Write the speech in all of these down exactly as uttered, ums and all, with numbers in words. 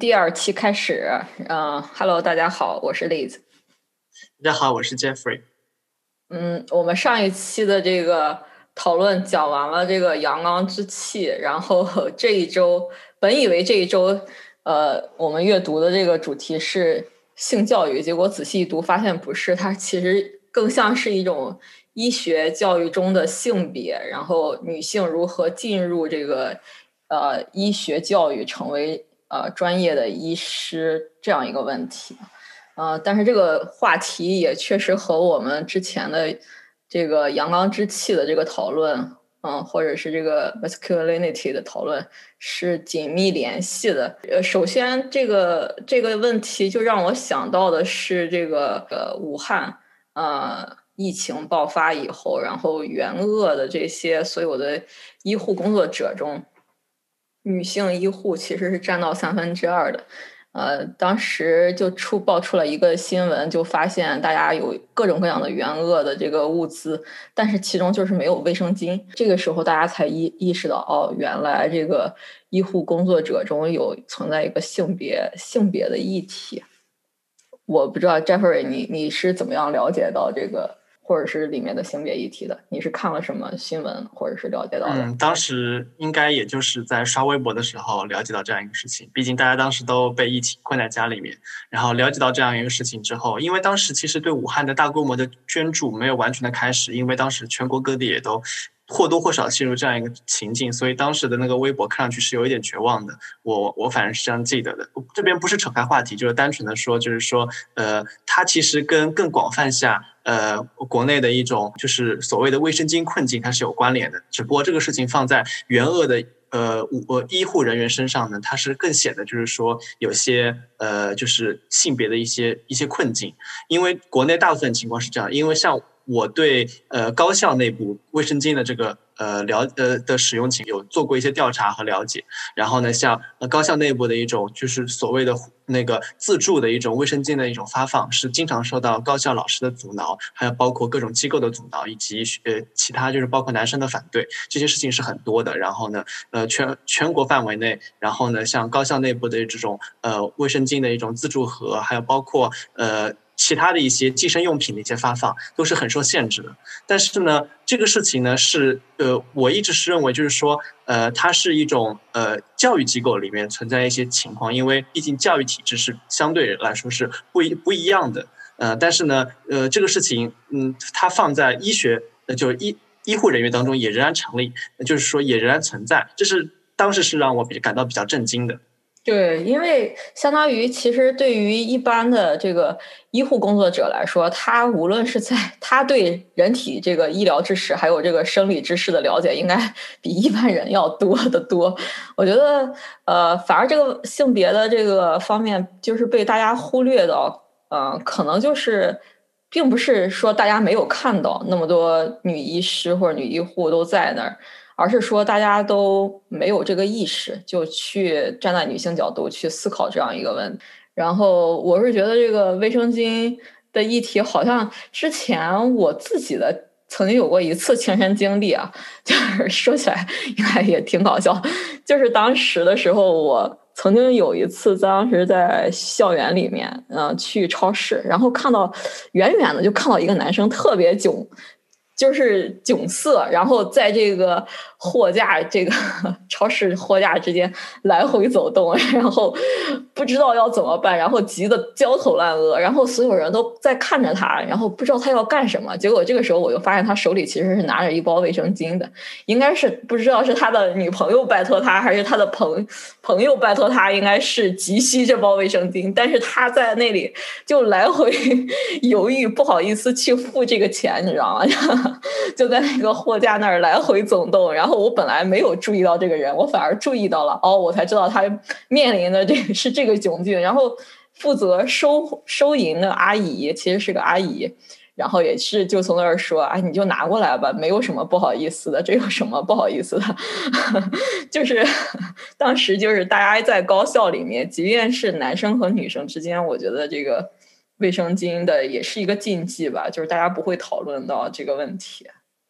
第二期开始。嗯、呃、，Hello， 大家好，我是 Liz。 大家好，我是 Jeffrey。 嗯，我们上一期的这个讨论讲完了这个阳刚之气，然后这一周本以为这一周，呃，我们阅读的这个主题是性教育，结果仔细一读发现不是，它其实更像是一种医学教育中的性别，然后女性如何进入这个呃医学教育，成为呃专业的医师这样一个问题。呃，但是这个话题也确实和我们之前的这个阳刚之气的这个讨论，嗯、呃，或者是这个 masculinity 的讨论是紧密联系的。呃，首先这个这个问题就让我想到的是这个呃武汉呃疫情爆发以后，然后援鄂的这些所有的医护工作者中，女性医护其实是占到三分之二的。呃，当时就出爆出了一个新闻，就发现大家有各种各样的援鄂的这个物资，但是其中就是没有卫生巾。这个时候大家才意意识到，哦，原来这个医护工作者中有存在一个性别性别的议题。我不知道 Jeffrey， 你你是怎么样了解到这个，或者是里面的性别议题的？你是看了什么新闻，或者是了解到的？ 嗯，当时应该也就是在刷微博的时候了解到这样一个事情，毕竟大家当时都被疫情困在家里面，然后了解到这样一个事情之后，因为当时其实对武汉的大规模的捐助没有完全的开始，因为当时全国各地也都或多或少陷入这样一个情境，所以当时的那个微博看上去是有一点绝望的。我我反正是这样记得的。这边不是扯开话题，就是单纯的说，就是说，呃，它其实跟更广泛下。呃，国内的一种就是所谓的卫生巾困境，它是有关联的。只不过这个事情放在援鄂的呃呃医护人员身上呢，它是更显得就是说有些呃就是性别的一些一些困境。因为国内大部分情况是这样，因为像我对呃高校内部卫生巾的这个呃了呃的使用情有做过一些调查和了解。然后呢，像呃高校内部的一种就是所谓的那个自助的一种卫生巾的一种发放，是经常受到高校老师的阻挠，还有包括各种机构的阻挠，以及呃其他就是包括男生的反对，这些事情是很多的。然后呢，呃全全国范围内，然后呢像高校内部的这种呃卫生巾的一种自助盒，还有包括呃。其他的一些计生用品的一些发放都是很受限制的，但是呢，这个事情呢是呃，我一直是认为就是说，呃，它是一种呃教育机构里面存在一些情况，因为毕竟教育体制是相对来说是不一不一样的，呃，但是呢，呃，这个事情，嗯，它放在医学，呃，就是医医护人员当中也仍然成立，就是说也仍然存在，这是当时是让我比感到比较震惊的。 对，因为相当于其实对于一般的这个医护工作者来说，他无论是在他对人体这个医疗知识，还有这个生理知识的了解，应该比一般人要多得多。我觉得，呃，反而这个性别的这个方面，就是被大家忽略到，嗯、呃，可能就是并不是说大家没有看到那么多女医师或者女医护都在那儿。而是说大家都没有这个意识，就去站在女性角度去思考这样一个问题。然后我是觉得这个卫生巾的议题，好像之前我自己的曾经有过一次亲身经历啊，就是说起来应该也挺搞笑。就是当时的时候，我曾经有一次，当时在校园里面，嗯、呃，去超市，然后看到远远的就看到一个男生特别囧。就是囧色，然后在这个货架这个超市货架之间来回走动，然后不知道要怎么办，然后急得焦头烂额，然后所有人都在看着他，然后不知道他要干什么。结果这个时候我就发现他手里其实是拿着一包卫生巾的，应该是不知道是他的女朋友拜托他，还是他的朋朋友拜托他，应该是急需这包卫生巾，但是他在那里就来回犹豫，不好意思去付这个钱，你知道吗？就在那个货架那儿来回走动，然后我本来没有注意到这个人，我反而注意到了，哦，我才知道他面临的这个是这个窘境。然后负责收收银的阿姨其实是个阿姨，然后也是就从那儿说，哎，你就拿过来吧，没有什么不好意思的，这有什么不好意思的？就是当时就是大家在高校里面，即便是男生和女生之间，我觉得这个卫生巾的也是一个禁忌吧，就是大家不会讨论到这个问题。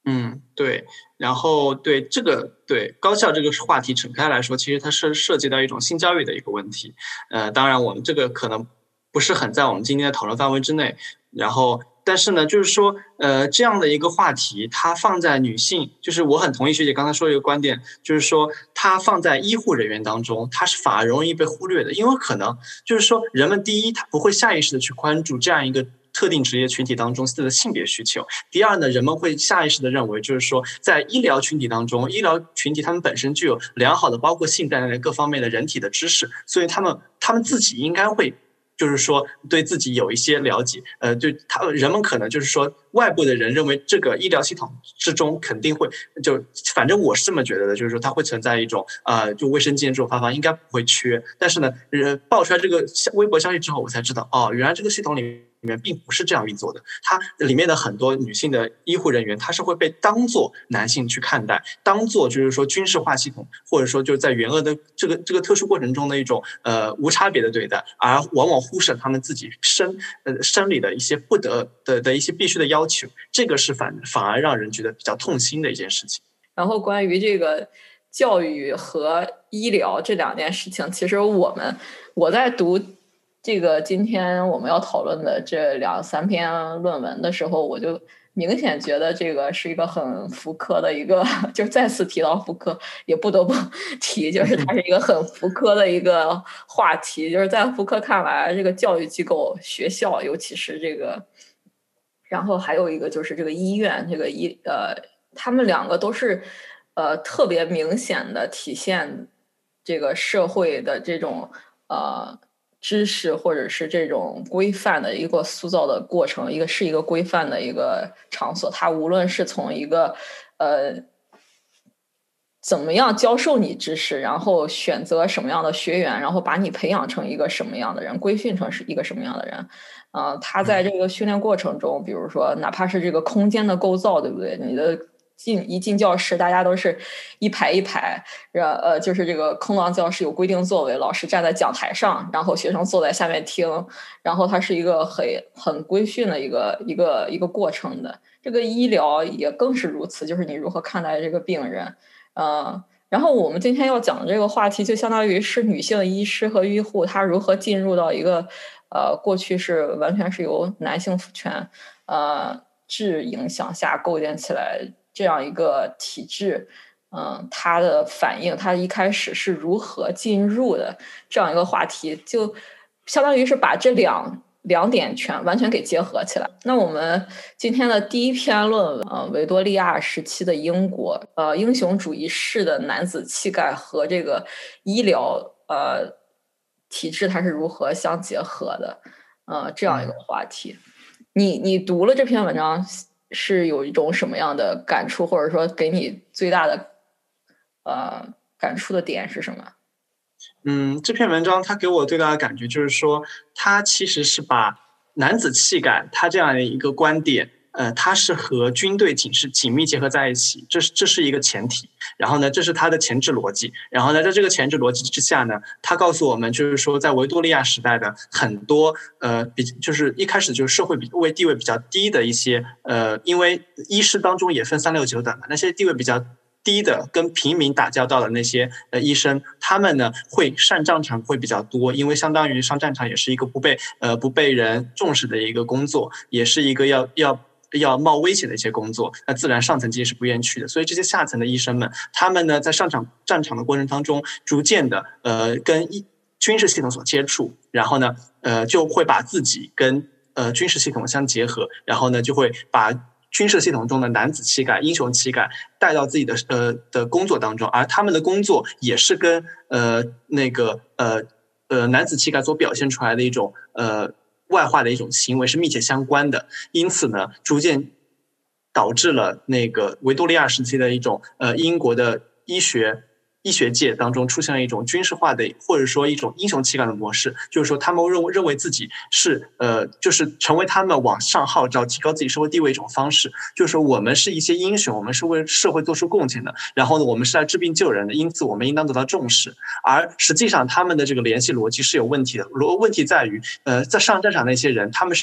嗯，对，然后对这个对高校这个话题展开来说，其实它是涉及到一种性教育的一个问题。呃，当然我们这个可能不是很在我们今天的讨论范围之内。然后，但是呢，就是说，呃，这样的一个话题，它放在女性，就是我很同意学姐刚才说的一个观点，就是说它放在医护人员当中，它是反而容易被忽略的，因为可能就是说人们第一，他不会下意识的去关注这样一个特定职业群体当中的性别需求。第二呢，人们会下意识的认为，就是说，在医疗群体当中，医疗群体他们本身具有良好的包括性在内的各方面的人体的知识，所以他们他们自己应该会。就是说对自己有一些了解，呃，对他人们可能就是说外部的人认为这个医疗系统之中肯定会就反正我是这么觉得的，就是说它会存在一种呃，就卫生间这种方法应该不会缺，但是呢，呃，爆出来这个微博消息之后，我才知道哦，原来这个系统里面。里面并不是这样运作的，它里面的很多女性的医护人员，她是会被当作男性去看待，当作就是说军事化系统，或者说就是在援鄂的这个这个特殊过程中的一种呃无差别的对待，而往往忽视了他们自己生呃生理的一些不得的的一些必须的要求，这个是反反而让人觉得比较痛心的一件事情。 然后关于这个教育和医疗这两件事情，其实我们我在读。这个今天我们要讨论的这两三篇论文的时候，我就明显觉得这个是一个很福柯的一个，就再次提到福柯，也不得不提，就是它是一个很福柯的一个话题。就是在福柯看来，这个教育机构、学校，尤其是这个，然后还有一个就是这个医院，这个医呃，他们两个都是呃特别明显的体现这个社会的这种呃。知识或者是这种规范的一个塑造的过程，一个是一个规范的一个场所，它无论是从一个呃怎么样教授你知识，然后选择什么样的学员，然后把你培养成一个什么样的人，规训成是一个什么样的人，啊、呃，他在这个训练过程中，比如说哪怕是这个空间的构造，对不对？你的进一进教室，大家都是一排一排，呃，就是这个空荡教室有规定座位，老师站在讲台上，然后学生坐在下面听，然后它是一个很很规训的一个一个一个过程的。这个医疗也更是如此，就是你如何看待这个病人，呃，然后我们今天要讲的这个话题，就相当于是女性医师和医护她如何进入到一个呃过去是完全是由男性父权呃制影响下构建起来。这样一个体制，嗯，它的反应，它一开始是如何进入的这样一个话题，就相当于是把这两两点全完全给结合起来。那我们今天的第一篇论文，呃，维多利亚时期的英国，呃，英雄主义式的男子气概和这个医疗呃体制，它是如何相结合的？呃，这样一个话题。嗯、你你读了这篇文章。是有一种什么样的感触，或者说给你最大的呃感触的点是什么？ 嗯，这篇文章它给我最大的感觉就是说，它其实是把男子气概，它这样的一个观点，呃，它是和军队紧是紧密结合在一起，这是这是一个前提。然后呢，这是它的前置逻辑。然后呢，在这个前置逻辑之下呢，它告诉我们，就是说，在维多利亚时代的很多呃，比就是一开始就是社会比位地位比较低的一些呃，因为医师当中也分三六九等嘛，那些地位比较低的跟平民打交道的那些呃医生，他们呢会上战场会比较多，因为相当于上战场也是一个不被呃不被人重视的一个工作，也是一个要要。要冒危险的一些工作，那自然上层阶级是不愿意去的。所以这些下层的医生们，他们呢在上场战场的过程当中，逐渐的呃跟军事系统所接触，然后呢呃就会把自己跟呃军事系统相结合，然后呢就会把军事系统中的男子气概、英雄气概带到自己的呃的工作当中，而他们的工作也是跟呃那个呃呃男子气概所表现出来的一种呃。外化的一种行为是密切相关的，因此呢，逐渐导致了那个维多利亚时期的一种呃英国的医学医学界当中出现了一种军事化的或者说一种英雄气概的模式，就是说他们认为认为自己是呃就是成为他们往上号召、提高自己社会地位一种方式，就是说我们是一些英雄，我们是为社会做出贡献的，然后呢我们是来治病救人的，因此我们应当得到重视。而实际上他们的这个联系逻辑是有问题的，逻问题在于呃在上战场那些人，他们是一些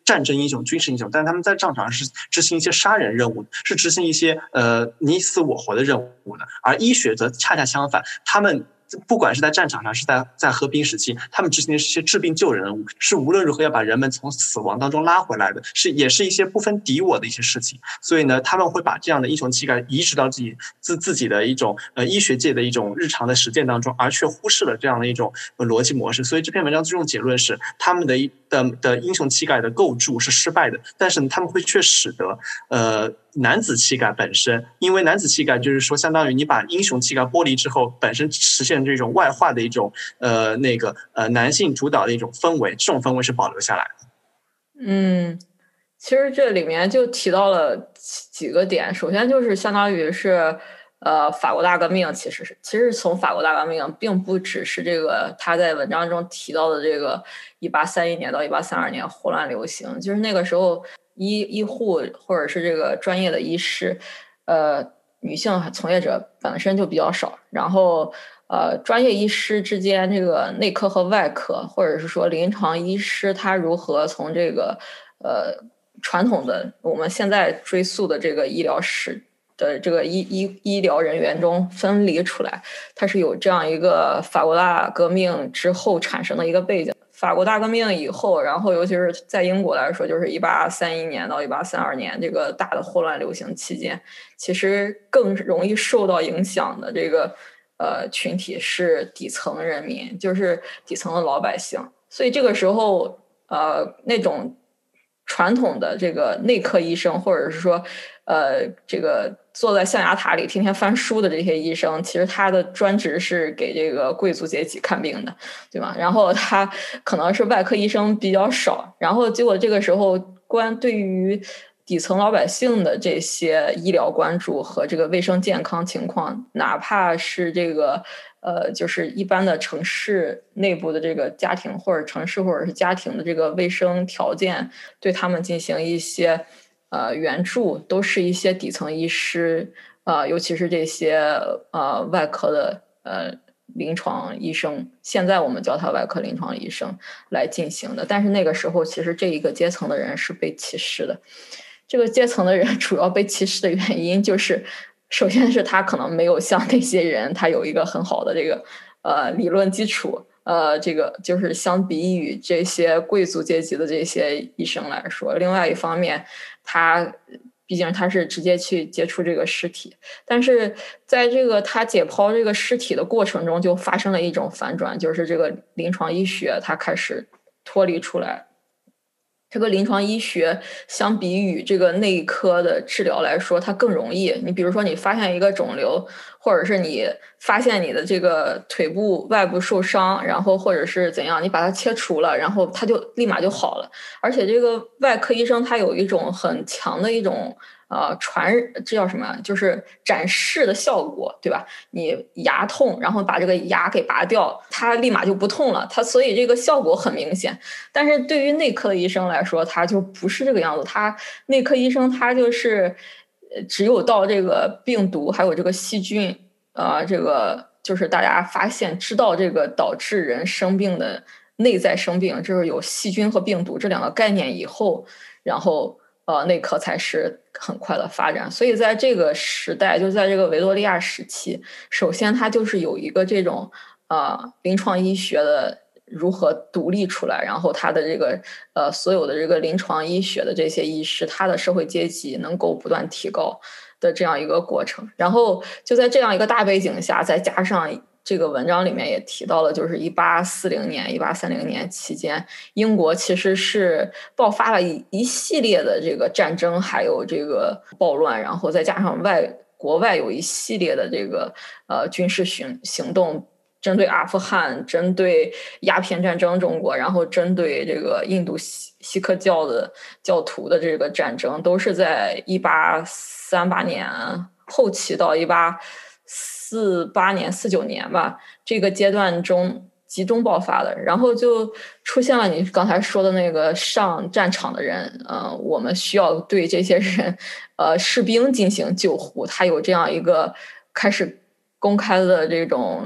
战争英雄、军事英雄，但他们在战场上是执行一些杀人任务，是执行一些呃你死我活的任务的。而医学则恰恰相反，他们不管是在战场上，是在在和平时期，他们执行的是一些治病救人任务，是无论如何要把人们从死亡当中拉回来的，是也是一些不分敌我的一些事情。所以呢，他们会把这样的英雄气概移植到自己自自己的一种呃医学界的一种日常的实践当中，而却忽视了这样的一种、呃、逻辑模式。所以这篇文章最终结论是，他们的的的英雄气概的构筑是失败的，但是呢，他们会却使得呃。男子气概本身，因为男子气概就是说，相当于你把英雄气概剥离之后，本身实现这种外化的一种呃那个呃男性主导的一种氛围，这种氛围是保留下来的。 嗯，其实这里面就提到了几个点，首先就是相当于是呃法国大革命，其实是其实从法国大革命并不只是这个他在文章中提到的这个一八三一年到一八三二年霍乱流行，就是那个时候。医医护或者是这个专业的医师，呃，女性从业者本身就比较少，然后呃，专业医师之间这个内科和外科，或者是说临床医师他如何从这个呃传统的我们现在追溯的这个医疗史的这个医医医疗人员中分离出来，它是有这样一个法国大革命之后产生的一个背景。法国大革命以后，然后尤其是在英国来说，就是一八三一年到一八三二年这个大的霍乱流行期间，其实更容易受到影响的这个呃群体是底层人民，就是底层的老百姓。所以这个时候，呃，那种传统的这个内科医生，或者是说，呃，这个坐在象牙塔里天天翻书的这些医生，其实他的专职是给这个贵族阶级看病的，对吧？然后他可能是外科医生比较少，然后结果这个时候关对于底层老百姓的这些医疗关注和这个卫生健康情况，哪怕是这个呃，就是一般的城市内部的这个家庭或者城市或者是家庭的这个卫生条件，对他们进行一些呃援助，都是一些底层医师，呃，尤其是这些呃外科的呃临床医生，现在我们叫他外科临床医生来进行的。但是那个时候，其实这一个阶层的人是被歧视的。这个阶层的人主要被歧视的原因就是，首先是他可能没有像那些人，他有一个很好的这个呃理论基础，呃，这个就是相比于这些贵族阶级的这些医生来说，另外一方面，他毕竟他是直接去接触这个尸体，但是在这个他解剖这个尸体的过程中，就发生了一种反转，就是这个临床医学它开始脱离出来。这个临床医学相比于这个内科的治疗来说，它更容易。你比如说，你发现一个肿瘤，或者是你发现你的这个腿部外部受伤，然后或者是怎样，你把它切除了，然后它就立马就好了。而且这个外科医生他有一种很强的一种呃传，这叫什么？就是展示的效果，对吧？你牙痛，然后把这个牙给拔掉，它立马就不痛了。它所以这个效果很明显。但是对于内科的医生来说，他就不是这个样子。他内科医生他就是只有到这个病毒还有这个细菌啊、呃，这个就是大家发现知道这个导致人生病的内在生病，就是有细菌和病毒这两个概念以后，然后呃内科才是很快的发展。所以在这个时代，就在这个维多利亚时期，首先它就是有一个这种呃临床医学的如何独立出来，然后他的这个呃所有的这个临床医学的这些医师，他的社会阶级能够不断提高的这样一个过程。然后就在这样一个大背景下，再加上这个文章里面也提到了，就是一八四零年、一八三零年期间，英国其实是爆发了一一系列的这个战争，还有这个暴乱，然后再加上外国外有一系列的这个呃军事行行动。针对阿富汗，针对鸦片战争中国，然后针对这个印度锡锡克教的教徒的这个战争，都是在一八三八年后期到一八四八年、四九年吧这个阶段中集中爆发的，然后就出现了你刚才说的那个上战场的人，呃，我们需要对这些人，呃，士兵进行救护，他有这样一个开始公开的这种。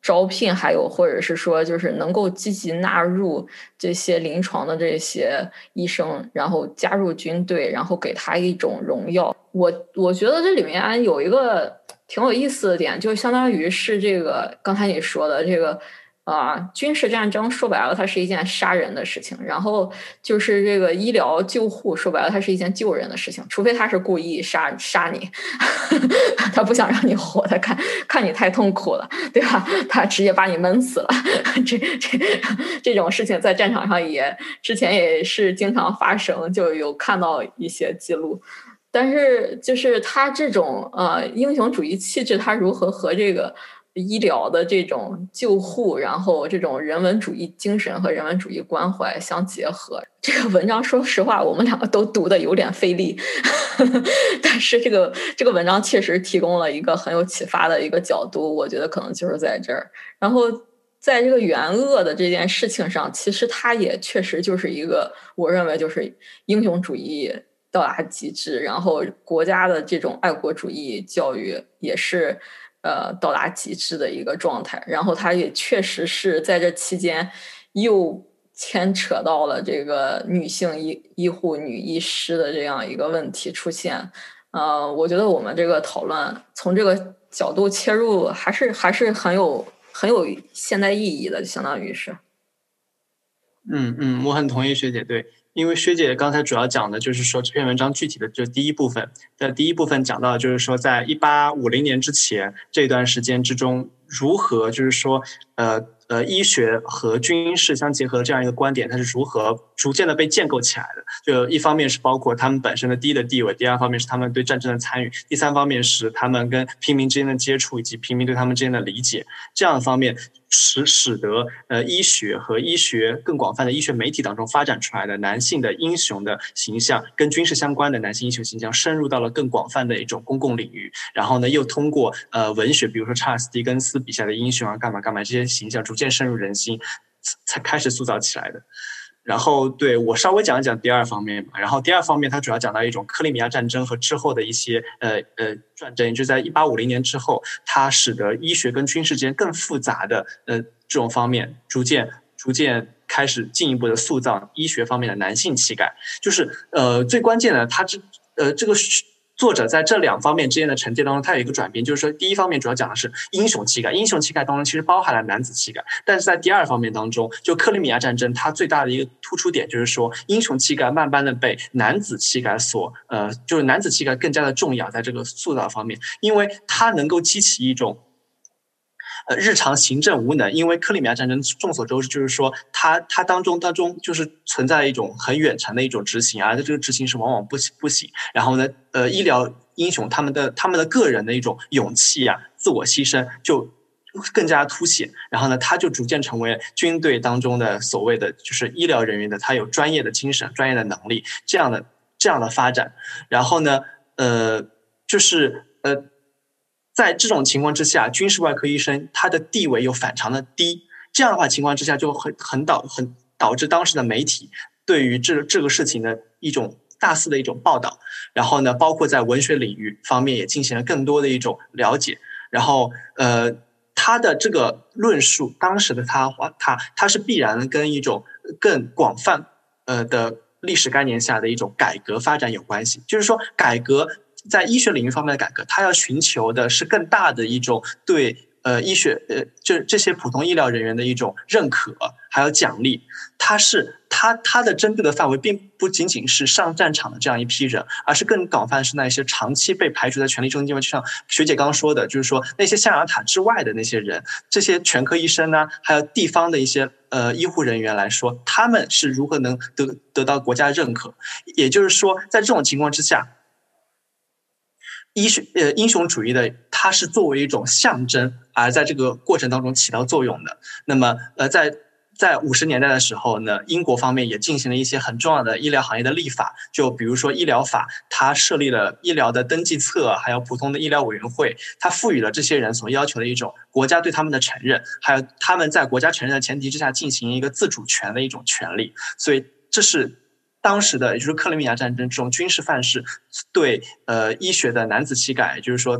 招聘，还有或者是说就是能够积极纳入这些临床的这些医生，然后加入军队，然后给他一种荣耀。我我觉得这里面有一个挺有意思的点，就相当于是这个刚才你说的这个。啊、呃，军事战争说白了，它是一件杀人的事情。然后就是这个医疗救护，说白了，它是一件救人的事情。除非他是故意杀杀你，他不想让你活，他看看你太痛苦了，对吧？他直接把你闷死了。这这这种事情在战场上也之前也是经常发生，就有看到一些记录。但是就是他这种呃英雄主义气质，他如何和这个医疗的这种救护，然后这种人文主义精神和人文主义关怀相结合。这个文章说实话我们两个都读的有点费力，但是这个这个文章确实提供了一个很有启发的一个角度，我觉得可能就是在这儿。然后在这个援鄂的这件事情上，其实它也确实就是一个我认为就是英雄主义到达极致，然后国家的这种爱国主义教育也是呃到达极致的一个状态。然后它也确实是在这期间又牵扯到了这个女性医医护女医师的这样一个问题出现。呃，我觉得我们这个讨论从这个角度切入，还是还是很有很有现代意义的，相当于是。 嗯嗯，我很同意学姐，对，因为学姐刚才主要讲的就是说这篇文章具体的就第一部分，在第一部分讲到就是说在一八五零年之前这段时间之中，如何就是说呃呃医学和军事相结合的这样一个观点，它是如何逐渐的被建构起来的。就一方面是包括他们本身的低的地位，第二方面是他们对战争的参与，第三方面是他们跟平民之间的接触以及平民对他们之间的理解，这样的方面使使得呃医学和医学更广泛的医学媒体当中发展出来的男性的英雄的形象，跟军事相关的男性英雄形象深入到了更广泛的一种公共领域。然后呢，又通过呃文学，比如说查尔斯·狄更斯笔下的英雄啊，干嘛干嘛这些形象逐渐深入人心，才开始塑造起来的。然后对我稍微讲一讲第二方面吧。然后第二方面，它主要讲到一种克里米亚战争和之后的一些呃呃战争，也就是在一八五零年之后，它使得医学跟军事之间更复杂的呃这种方面，逐渐逐渐开始进一步的塑造医学方面的男性气概。就是呃最关键的，它这呃这个。作者在这两方面之间的沉淀当中，他有一个转变，就是说，第一方面主要讲的是英雄气概，英雄气概当中其实包含了男子气概，但是在第二方面当中，就克里米亚战争，它最大的一个突出点就是说，英雄气概慢慢的被男子气概所呃，就是男子气概更加的重要，在这个塑造方面，因为它能够激起一种。呃，日常行政无能，因为克里米亚战争众所周知，就是说它它当中当中就是存在一种很远程的一种执行啊，这个执行是往往不不行。然后呢，呃，医疗英雄他们的他们的个人的一种勇气啊，自我牺牲就更加凸显。然后呢，他就逐渐成为军队当中的所谓的就是医疗人员的，他有专业的精神、专业的能力这样的这样的发展。然后呢，呃，就是呃。在这种情况之下，军事外科医生他的地位又反常的低，这样的话情况之下就很很导很导致当时的媒体对于这这个事情的一种大肆的一种报道，然后呢，包括在文学领域方面也进行了更多的一种了解，然后呃，他的这个论述，当时的他他他是必然跟一种更广泛呃的历史概念下的一种改革发展有关系，就是说改革。在医学领域方面的改革，它要寻求的是更大的一种对呃医学呃就这些普通医疗人员的一种认可，还有奖励。它是它它的针对的范围并不仅仅是上战场的这样一批人，而是更广泛是那些长期被排除在权力中间，就像学姐刚刚说的，就是说那些象牙塔之外的那些人，这些全科医生呢，还有地方的一些呃医护人员来说，他们是如何能得得到国家认可？也就是说，在这种情况之下。医学呃英雄主义的，它是作为一种象征，而在这个过程当中起到作用的。那么呃在在五十年代的时候呢，英国方面也进行了一些很重要的医疗行业的立法，就比如说医疗法，它设立了医疗的登记册，还有普通的医疗委员会，它赋予了这些人所要求的一种国家对他们的承认，还有他们在国家承认的前提之下进行一个自主权的一种权利。所以这是。当时的也就是克里米亚战争这种军事范式对呃医学的男子气概，就是说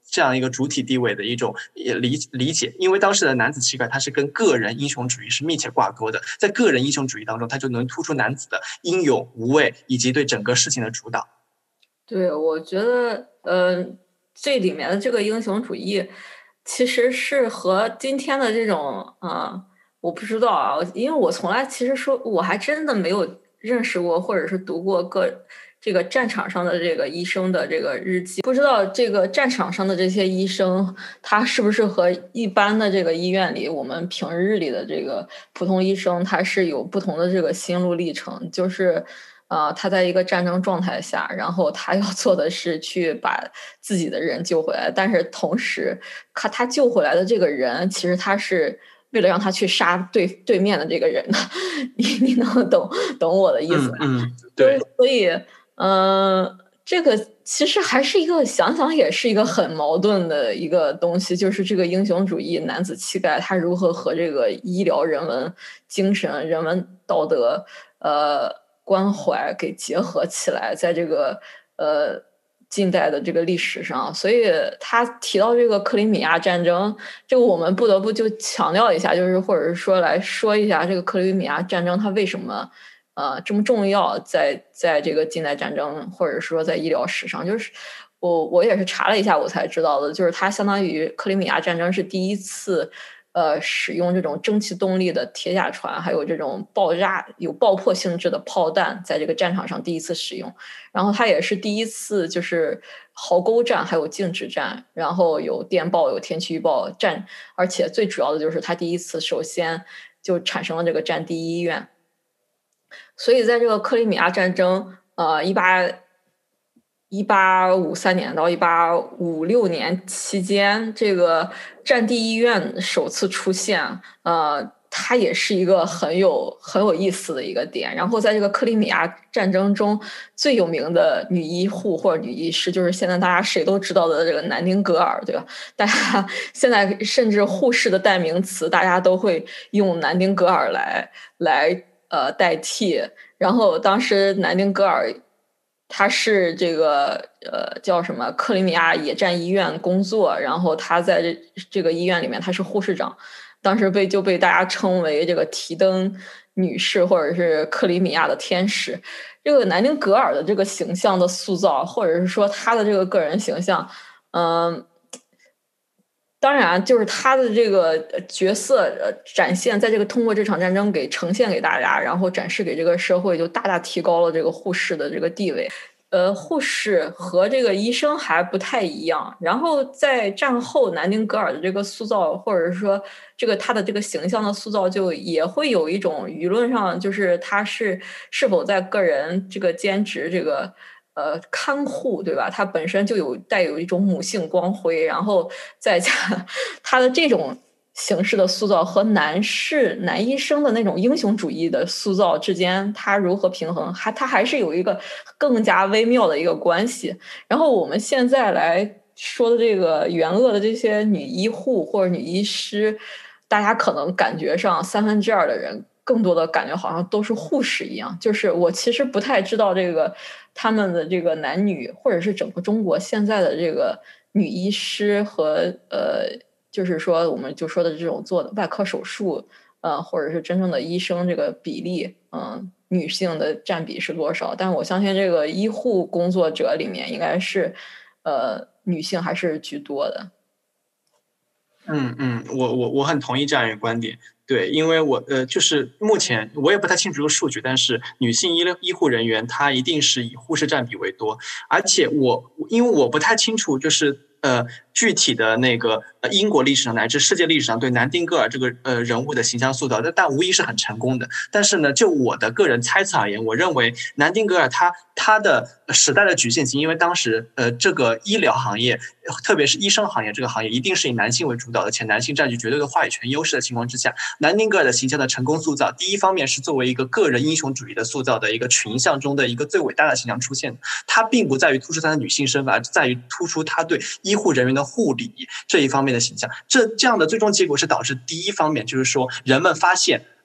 这样一个主体地位的一种理理解。因为当时的男子气概它是跟个人英雄主义是密切挂钩的，在个人英雄主义当中，它就能突出男子的英勇无畏以及对整个事情的主导。 对，我觉得呃这里面的这个英雄主义其实是和今天的这种啊、呃，我不知道啊，因为我从来其实说我还真的没有认识过或者是读过个这个战场上的这个医生的这个日记，不知道这个战场上的这些医生他是不是和一般的这个医院里我们平日里的这个普通医生他是有不同的这个心路历程，就是呃，他在一个战争状态下，然后他要做的是去把自己的人救回来，但是同时他他救回来的这个人其实他是为了让他去杀对对面的这个人的，你你能懂懂我的意思吧？ 嗯嗯，对， 所以嗯、呃，这个其实还是一个想想也是一个很矛盾的一个东西，就是这个英雄主义、男子气概，它如何和这个医疗人文精神、人文道德呃关怀给结合起来，在这个呃近代的这个历史上。所以他提到这个克里米亚战争，这个我们不得不就强调一下，就是或者是说来说一下这个克里米亚战争它为什么呃，这么重要在，在这个近代战争，或者说在医疗史上，就是我我也是查了一下，我才知道的，就是它相当于克里米亚战争是第一次，呃，使用这种蒸汽动力的铁甲船，还有这种爆炸有爆破性质的炮弹，在这个战场上第一次使用。然后它也是第一次就是壕沟战，还有静止战，然后有电报、有天气预报战，而且最主要的就是它第一次首先就产生了这个战地医院。所以在这个克里米亚战争，呃，一八一八五三年到一八五六年期间，这个战地医院首次出现，呃，它也是一个很有很有意思的一个点。然后在这个克里米亚战争中，最有名的女医护或者女医师，就是现在大家谁都知道的这个南丁格尔，对吧？大家现在甚至护士的代名词，大家都会用南丁格尔来来。呃，代替。然后当时南丁格尔，他是这个呃叫什么克里米亚野战医院工作，然后他在这这个医院里面他是护士长，当时被就被大家称为这个提灯女士或者是克里米亚的天使。这个南丁格尔的这个形象的塑造，或者是说他的这个个人形象，嗯、呃。当然，就是他的这个角色呃展现，在这个通过这场战争给呈现给大家，然后展示给这个社会，就大大提高了这个护士的这个地位。呃，护士和这个医生还不太一样。然后在战后，南丁格尔的这个塑造，或者是说这个他的这个形象的塑造，就也会有一种舆论上，就是他是是否在个人这个兼职这个。呃，看护对吧？它本身就有带有一种母性光辉，然后再加它的这种形式的塑造和男士男医生的那种英雄主义的塑造之间，它如何平衡？还它还是有一个更加微妙的一个关系。然后我们现在来说的这个援鄂的这些女医护或者女医师，大家可能感觉上三分之二的人。更多的感觉好像都是护士一样，就是我其实不太知道这个他们的这个男女，或者是整个中国现在的这个女医师和呃，就是说我们就说的这种做的外科手术，呃，或者是真正的医生这个比例，嗯、呃，女性的占比是多少？但我相信这个医护工作者里面应该是，呃，女性还是居多的。 嗯嗯，我我我很同意这样一个观点。对，因为我呃，就是目前我也不太清楚这个数据，但是女性医医护人员她一定是以护士占比为多，而且我因为我不太清楚，就是呃具体的那个呃英国历史上乃至世界历史上对南丁格尔这个呃人物的形象塑造，但但无疑是很成功的。但是呢，就我的个人猜测而言，我认为南丁格尔他他的时代的局限性，因为当时呃这个医疗行业，特别是医生行业这个行业，一定是以男性为主导的，且男性占据绝对的话语权优势的情况之下。南丁格尔的形象的成功塑造，第一方面是作为一个个人英雄主义的塑造的一个群像中的一个最伟大的形象出现，它并不在于突出他的女性身份，而在于突出他对医护人员的护理这一方面的形象。这这样的最终结果是导致第一方面就是说人们发现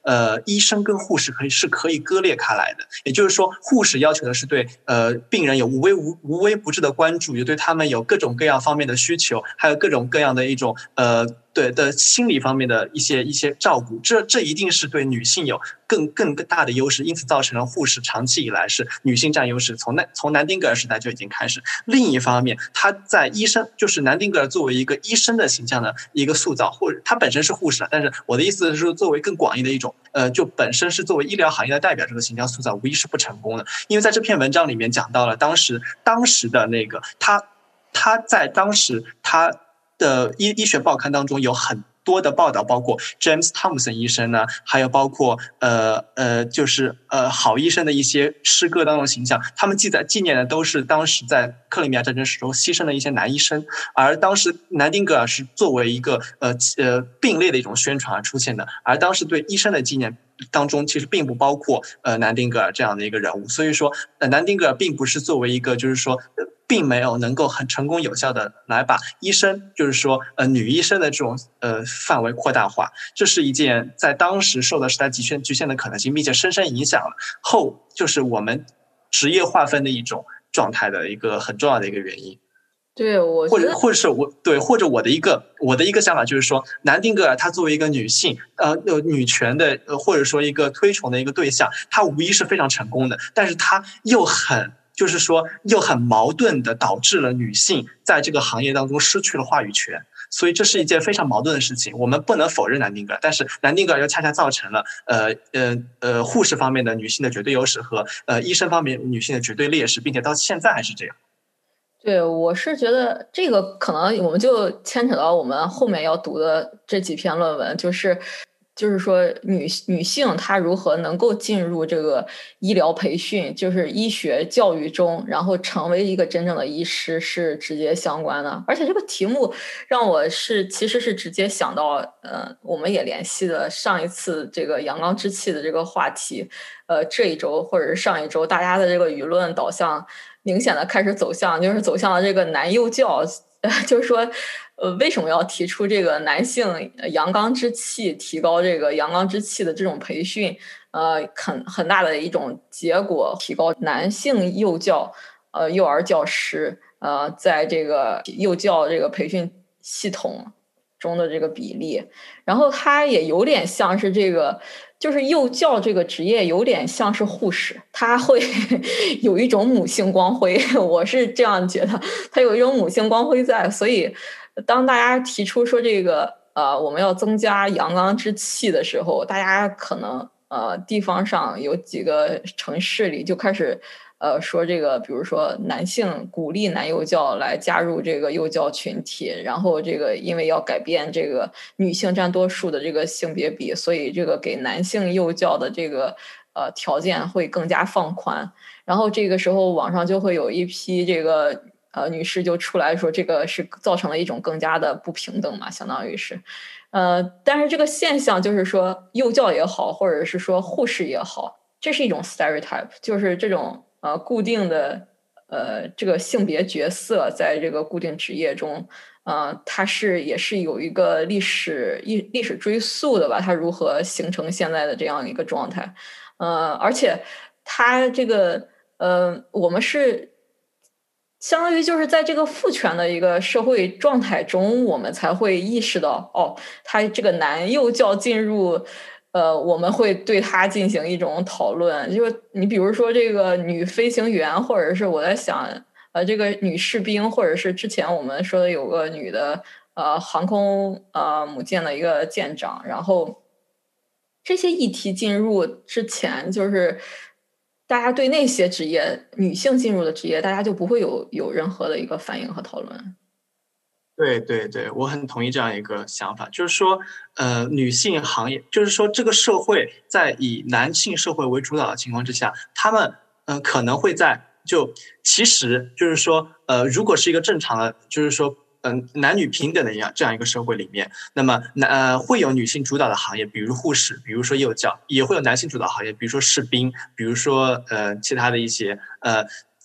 呃医生跟护士可以是可以割裂开来的。也就是说，护士要求的是对呃病人有无微无无微不至的关注，也对他们有各种各样方面的需求，还有各种各样的一种呃对的心理方面的一些一些照顾。这这一定是对女性有更更大的优势，因此造成了护士长期以来是女性占优势，从南从南丁格尔时代就已经开始。另一方面，他在医生就是南丁格尔作为一个医生的形象的一个塑造，或者他本身是护士，但是我的意思是说，作为更广义的一种呃，就本身是作为医疗行业的代表，这个形象塑造无疑是不成功的。因为在这篇文章里面讲到了当时当时的那个他他在当时他的医医学报刊当中有很多的报道，包括 James Thompson 医生呢，还有包括呃呃，就是呃好医生的一些诗歌当中的形象，他们记载纪念的都是当时在克里米亚战争时中牺牲的一些男医生，而当时南丁格尔是作为一个呃呃并列的一种宣传而出现的，而当时对医生的纪念当中其实并不包括呃南丁格尔这样的一个人物，所以说呃南丁格尔并不是作为一个就是说。呃并没有能够很成功有效的来把医生，就是说，呃，女医生的这种呃范围扩大化，这是一件在当时受到时代局限局限的可能性，并且深深影响了后就是我们职业划分的一种状态的一个很重要的一个原因。 对，我或者或者是我对，或者我的一个我的一个想法就是说，南丁格尔她作为一个女性，呃呃女权的，呃或者说一个推崇的一个对象，她无疑是非常成功的，但是她又很。就是说，又很矛盾的导致了女性在这个行业当中失去了话语权，所以这是一件非常矛盾的事情。我们不能否认南丁格尔，但是南丁格尔又恰恰造成了呃呃呃护士方面的女性的绝对优势和呃医生方面女性的绝对劣势，并且到现在还是这样。 对，我是觉得这个可能我们就牵扯到我们后面要读的这几篇论文，就是就是说女女性她如何能够进入这个医疗培训，就是医学教育中，然后成为一个真正的医师是直接相关的。而且这个题目让我是其实是直接想到，呃，我们也联系了上一次这个阳刚之气的这个话题，呃，这一周或者是上一周，大家的这个舆论导向明显的开始走向，就是走向了这个男幼教。就是说，呃，为什么要提出这个男性阳刚之气，提高这个阳刚之气的这种培训？呃，很很大的一种结果，提高男性幼教，呃，幼儿教师，呃，在这个幼教这个培训系统中的这个比例。然后它也有点像是这个。就是幼教这个职业有点像是护士，它会有一种母性光辉，我是这样觉得，它有一种母性光辉在，所以当大家提出说这个呃我们要增加阳刚之气的时候，大家可能呃地方上有几个城市里就开始。呃，说这个，比如说男性鼓励男幼教来加入这个幼教群体，然后这个因为要改变这个女性占多数的这个性别比，所以这个给男性幼教的这个呃条件会更加放宽。然后这个时候网上就会有一批这个呃女士就出来说，这个是造成了一种更加的不平等嘛，相当于是。呃，但是这个现象就是说，幼教也好，或者是说护士也好，这是一种 stereotype，就是这种。呃，固定的呃这个性别角色在这个固定职业中，呃，它是也是有一个历史历历史追溯的吧？它如何形成现在的这样一个状态？呃，而且它这个呃，我们是相当于就是在这个父权的一个社会状态中，我们才会意识到，哦，他这个男幼教进入。呃，我们会对它进行一种讨论，就是你比如说这个女飞行员，或者是我在想，呃，这个女士兵，或者是之前我们说的有个女的，呃，航空呃母舰的一个舰长，然后这些议题进入之前，就是大家对那些职业女性进入的职业，大家就不会有有任何的一个反应和讨论。 对对对，我很同意这样一个想法，就是说，呃，女性行业，就是说这个社会在以男性社会为主导的情况之下，他们嗯、呃、可能会在就其实就是说，呃，如果是一个正常的，就是说。嗯，男女平等的一样这样一个社会里面，那么男呃会有女性主导的行业，比如护士，比如说幼教，也会有男性主导行业，比如说士兵，比如说呃其他的一些呃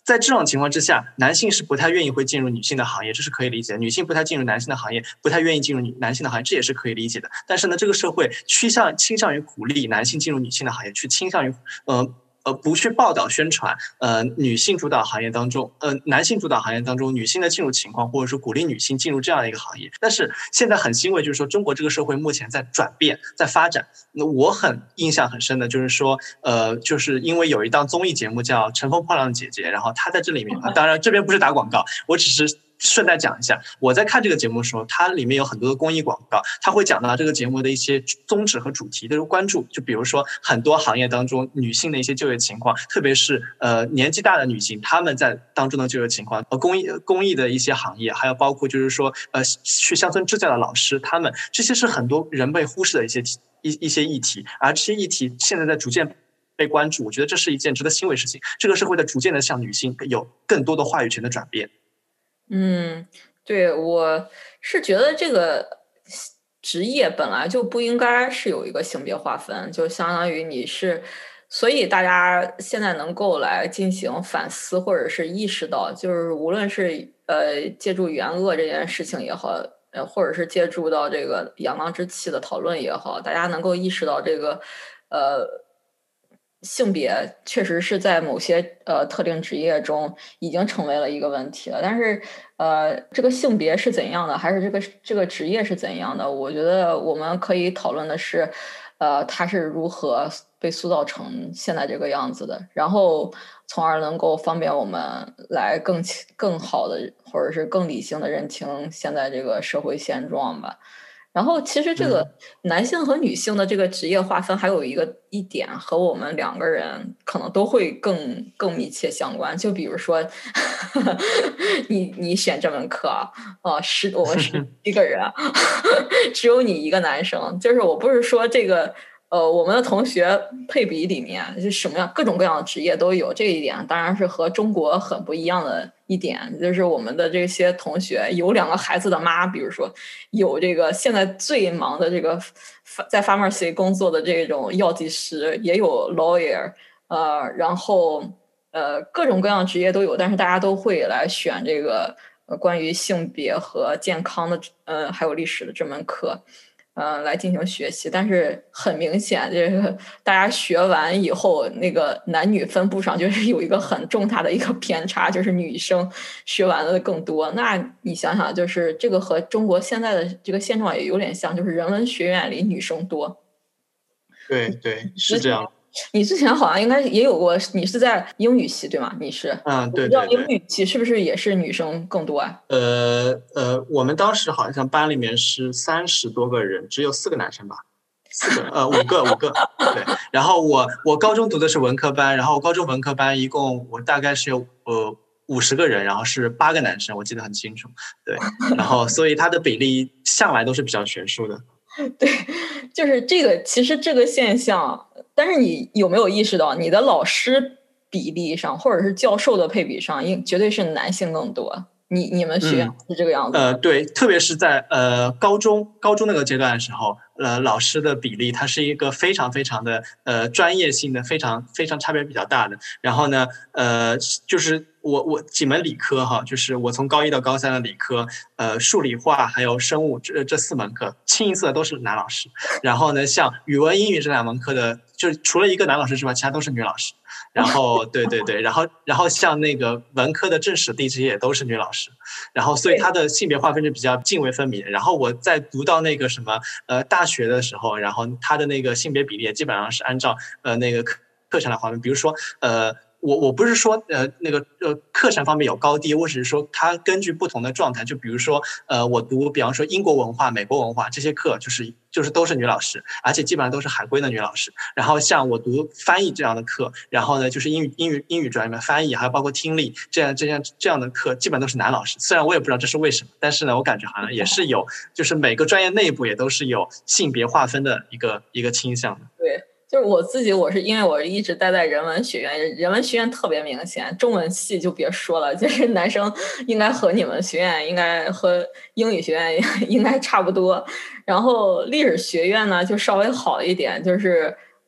在这种情况之下，男性是不太愿意会进入女性的行业，这是可以理解的；女性不太进入男性的行业，不太愿意进入男性的行业，这也是可以理解的。但是呢，这个社会趋向倾向于鼓励男性进入女性的行业，去倾向于呃。呃，不去报道宣传，呃，女性主导行业当中，呃，男性主导行业当中女性的进入情况，或者说鼓励女性进入这样的一个行业。但是现在很欣慰，就是说中国这个社会目前在转变，在发展。那我很印象很深的就是说，呃，就是因为有一档综艺节目叫《乘风破浪的姐姐》，然后她在这里面，当然这边不是打广告，我只是顺带讲一下，我在看这个节目的时候，它里面有很多的公益广告，它会讲到这个节目的一些宗旨和主题的关注，就比如说很多行业当中女性的一些就业情况，特别是呃年纪大的女性，她们在当中的就业情况，呃公益公益的一些行业，还有包括就是说呃去乡村支教的老师，他们这些是很多人被忽视的一些一一些议题，而这些议题现在在逐渐被关注，我觉得这是一件值得欣慰的事情，这个社会在逐渐的向女性有更多的话语权的转变。 嗯，对，我是觉得这个职业本来就不应该是有一个性别划分，就相当于你是，所以大家现在能够来进行反思，或者是意识到，就是无论是呃借助援鄂这件事情也好，呃，或者是借助到这个阳刚之气的讨论也好，大家能够意识到这个呃。性别确实是在某些呃特定职业中已经成为了一个问题了，但是呃，这个性别是怎样的，还是这个这个职业是怎样的？我觉得我们可以讨论的是，呃，它是如何被塑造成现在这个样子的，然后从而能够方便我们来更更好的或者是更理性的认清现在这个社会现状吧。然后，其实这个男性和女性的这个职业划分，还有一个一点和我们两个人可能都会更更密切相关。就比如说，你你选这门课啊，呃、十我们十一个人，只有你一个男生。就是我不是说这个。呃，我们的同学配比里面是什么样，各种各样的职业都有，这一点当然是和中国很不一样的一点，就是我们的这些同学有两个孩子的妈，比如说有这个现在最忙的这个在 pharmacy 工作的这种药剂师，也有 lawyer， 呃，然后呃各种各样的职业都有，但是大家都会来选这个呃关于性别和健康的呃还有历史的这门课。呃，来进行学习，但是很明显，这个大家学完以后，那个男女分布上就是有一个很重大的一个偏差，就是女生学完的更多。那你想想，就是这个和中国现在的这个现状也有点像，就是人文学院里女生多。 对对，是这样。 你之前好像应该也有过，你是在英语系对吗？你是， 嗯，对我不知道对对。 英语系是不是也是女生更多啊？ 呃呃，我们当时好像班里面是三十多个人，只有四个男生吧，四个呃五个五个，对。然后我我高中读的是文科班，然后高中文科班一共我大概是有呃五十个人，然后是八个男生，我记得很清楚，对。然后所以它的比例向来都是比较悬殊的。 对，就是这个，其实这个现象，但是你有没有意识到，你的老师比例上，或者是教授的配比上，应绝对是男性更多。你你们学院是这个样子吗？ 呃，对，特别是在呃高中高中那个阶段的时候，呃，老师的比例它是一个非常非常的呃专业性的，非常非常差别比较大的。然后呢，呃，就是我我几门理科哈，就是我从高一到高三的理科，呃，数理化还有生物这这四门课，清一色的都是男老师。然后呢，像语文、英语这两门课的，就是除了一个男老师之外，其他都是女老师。然后对对对，然后然后像那个文科的政史地这些也都是女老师，然后所以它的性别划分就比较泾渭分明。然后我在读到那个什么呃大学的时候，然后它的那个性别比例基本上是按照呃那个课课程来划分，比如说呃。我我不是说呃那个呃课程方面有高低，我只是说它根据不同的状态，就比如说呃我读比方说英国文化、美国文化这些课，就是就是都是女老师，而且基本上都是海归的女老师。然后像我读翻译这样的课，然后呢就是英语英语英语专业的翻译，还有包括听力这样这样这样的课，基本都是男老师。虽然我也不知道这是为什么，但是呢我感觉好像也是有，就是每个专业内部也都是有性别划分的一个一个倾向的。 对。就是我自己，我是因为我一直待在人文学院，人文学院特别明显，中文系就别说了，就是男生应该和你们学院应该和英语学院应该差不多，然后历史学院呢就稍微好一点，就是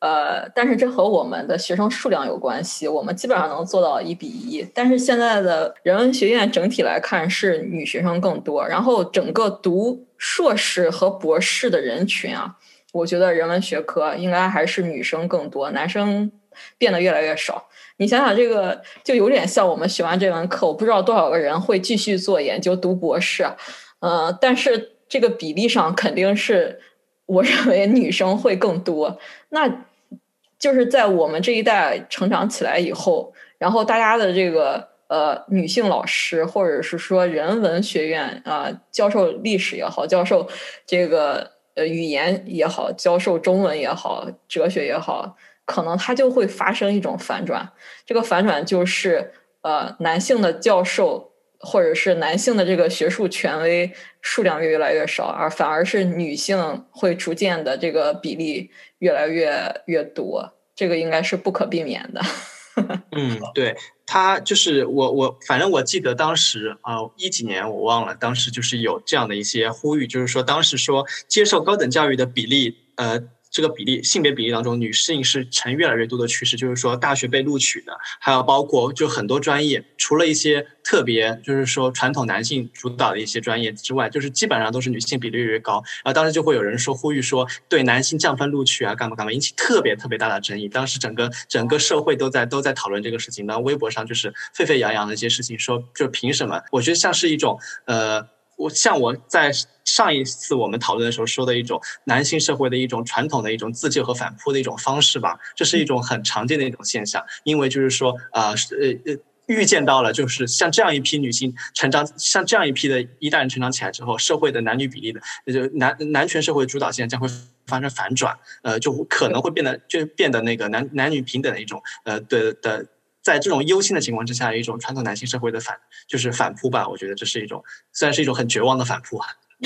呃，但是这和我们的学生数量有关系，我们基本上能做到一比一。但是现在的人文学院整体来看是女学生更多，然后整个读硕士和博士的人群啊，我觉得人文学科应该还是女生更多，男生变得越来越少。你想想，这个就有点像我们学完这门课，我不知道多少个人会继续做研究读博士，呃，但是这个比例上肯定是我认为女生会更多。那就是在我们这一代成长起来以后，然后大家的这个呃女性老师，或者是说人文学院啊、呃，教授历史也好，教授这个呃语言也好，教授中文也好，哲学也好，可能它就会发生一种反转。这个反转就是呃男性的教授或者是男性的这个学术权威数量越来越少，而反而是女性会逐渐的这个比例越来越越多，这个应该是不可避免的。 嗯，对，他就是我我反正我记得当时啊、呃、一几年我忘了，当时就是有这样的一些呼吁，就是说当时说接受高等教育的比例呃。这个比例性别比例当中，女性是呈越来越多的趋势，就是说大学被录取的，还有包括就很多专业，除了一些特别就是说传统男性主导的一些专业之外，就是基本上都是女性比例越来越高。然后当时就会有人说呼吁说对男性降分录取啊，干嘛干嘛，引起特别特别大的争议。当时整个整个社会都在都在讨论这个事情，然后微博上就是沸沸扬扬的一些事情，说就凭什么？我觉得像是一种呃。我像我在上一次我们讨论的时候说的一种男性社会的一种传统的一种自救和反扑的一种方式吧，这是一种很常见的一种现象，因为就是说呃呃预见到了就是像这样一批女性成长，像这样一批的一代人成长起来之后，社会的男女比例的就男男权社会主导现在将会发生反转，呃，就可能会变得就变得那个男男女平等的一种呃的的。在这种忧心的情况之下，一种传统男性社会的反就是反扑吧，我觉得这是一种虽然是一种很绝望的反扑啊。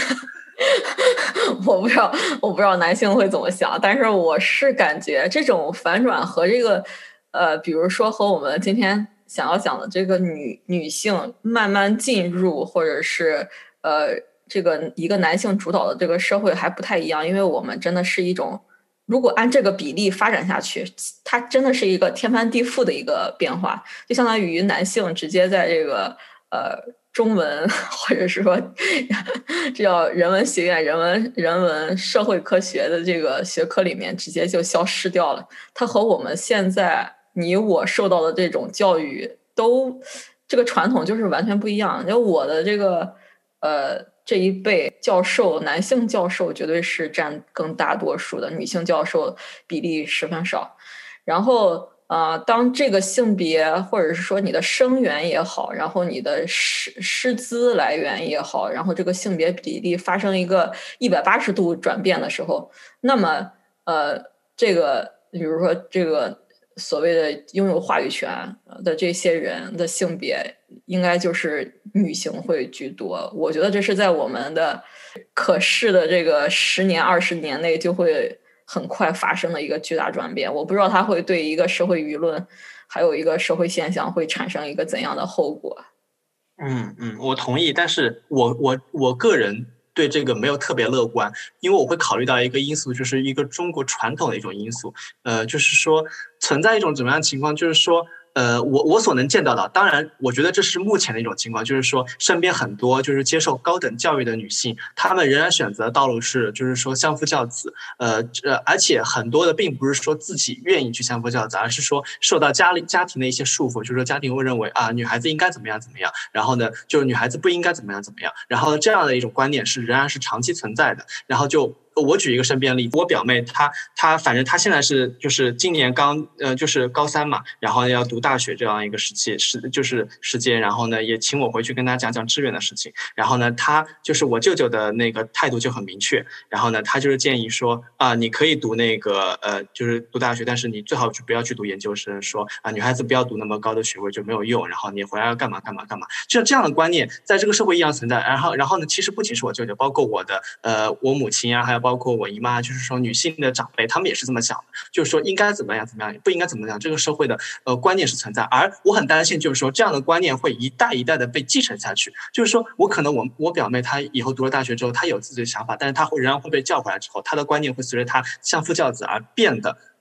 我不知道，我不知道男性会怎么想，但是我是感觉这种反转和这个呃，比如说和我们今天想要讲的这个女女性慢慢进入，或者是呃这个一个男性主导的这个社会还不太一样，因为我们真的是一种。如果按这个比例发展下去，它真的是一个天翻地覆的一个变化，就相当于男性直接在这个呃中文或者是说这叫人文学院、人文人文社会科学的这个学科里面直接就消失掉了。它和我们现在你我受到的这种教育都这个传统就是完全不一样。就我的这个呃。这一辈教授，男性教授绝对是占更大多数的，女性教授比例十分少。然后，呃，当这个性别或者是说你的生源也好，然后你的师师资来源也好，然后这个性别比例发生一个一百八十度转变的时候，那么，呃，这个比如说这个。所谓的拥有话语权的这些人的性别，应该就是女性会居多。我觉得这是在我们的可视的这个十年、二十年内就会很快发生的一个巨大转变。我不知道它会对一个社会舆论，还有一个社会现象会产生一个怎样的后果。 嗯嗯，我同意，但是我我我个人。对这个没有特别乐观，因为我会考虑到一个因素，就是一个中国传统的一种因素，呃，就是说存在一种怎么样的情况，就是说。呃，我我所能见到的，当然，我觉得这是目前的一种情况，就是说，身边很多就是接受高等教育的女性，她们仍然选择的道路是，就是说相夫教子，呃，呃，而且很多的并不是说自己愿意去相夫教子，而是说受到家里家庭的一些束缚，就是说家庭会认为啊，女孩子应该怎么样怎么样，然后呢，就是女孩子不应该怎么样怎么样，然后这样的一种观念是仍然是长期存在的，然后就。我举一个身边的例子，我表妹她她反正她现在是就是今年刚呃就是高三嘛，然后要读大学这样一个时期是就是时间，然后呢也请我回去跟她讲讲志愿的事情，然后呢她就是我舅舅的那个态度就很明确，然后呢他就是建议说啊、呃、你可以读那个呃就是读大学，但是你最好不要去读研究生，说啊、呃、女孩子不要读那么高的学位就没有用，然后你回来要干嘛干嘛干嘛，就这样的观念在这个社会一样存在，然后然后呢其实不仅是我舅舅，包括我的呃我母亲啊，还有。包括我姨妈，就是说女性的长辈，他们也是这么想的，就是说应该怎么样怎么样，不应该怎么样，这个社会的呃观念是存在，而我很担心，就是说这样的观念会一代一代的被继承下去，就是说我可能我我表妹她以后读了大学之后，她有自己的想法，但是她会仍然会被叫回来之后，她的观念会随着她相夫教子而变得。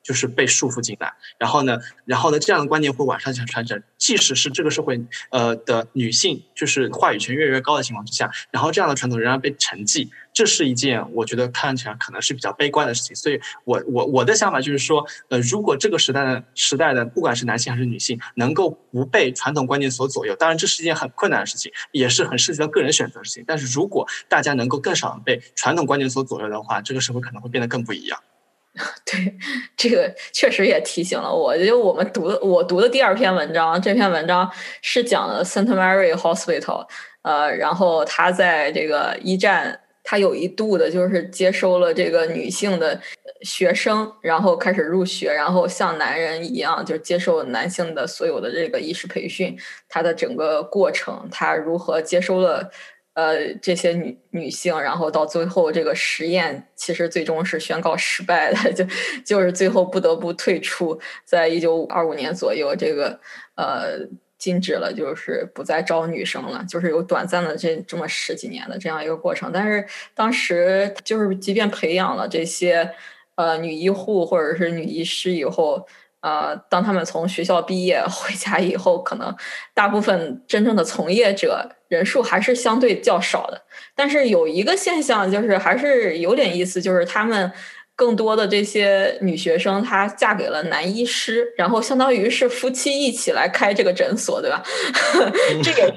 就是被束缚进来，然后呢，然后呢，这样的观念会往上传承，即使是这个社会呃的女性就是话语权越来越高的情况之下，然后这样的传统仍然被沉寂，这是一件我觉得看起来可能是比较悲观的事情。所以我我我的想法就是说，呃，如果这个时代的时代的不管是男性还是女性能够不被传统观念所左右，当然这是一件很困难的事情，也是很涉及到个人选择的事情，但是如果大家能够更少被传统观念所左右的话，这个社会可能会变得更不一样。 对，这个确实也提醒了我，就我们读的我读的第二篇文章，这篇文章是讲的 Saint Mary Hospital， 呃，然后他在这个一战，他有一度的就是接收了这个女性的学生，然后开始入学，然后像男人一样，就接受男性的所有的这个医师培训，他的整个过程，他如何接收了。呃，这些女女性，然后到最后这个实验其实最终是宣告失败的，就就是最后不得不退出，在一九二五年左右，这个呃禁止了，就是不再招女生了，就是有短暂的这这么十几年的这样一个过程。但是当时就是即便培养了这些呃女医护或者是女医师以后。呃，当他们从学校毕业回家以后，可能大部分真正的从业者人数还是相对较少的。但是有一个现象，就是还是有点意思，就是他们更多的这些女学生，她嫁给了男医师，然后相当于是夫妻一起来开这个诊所，对吧？这也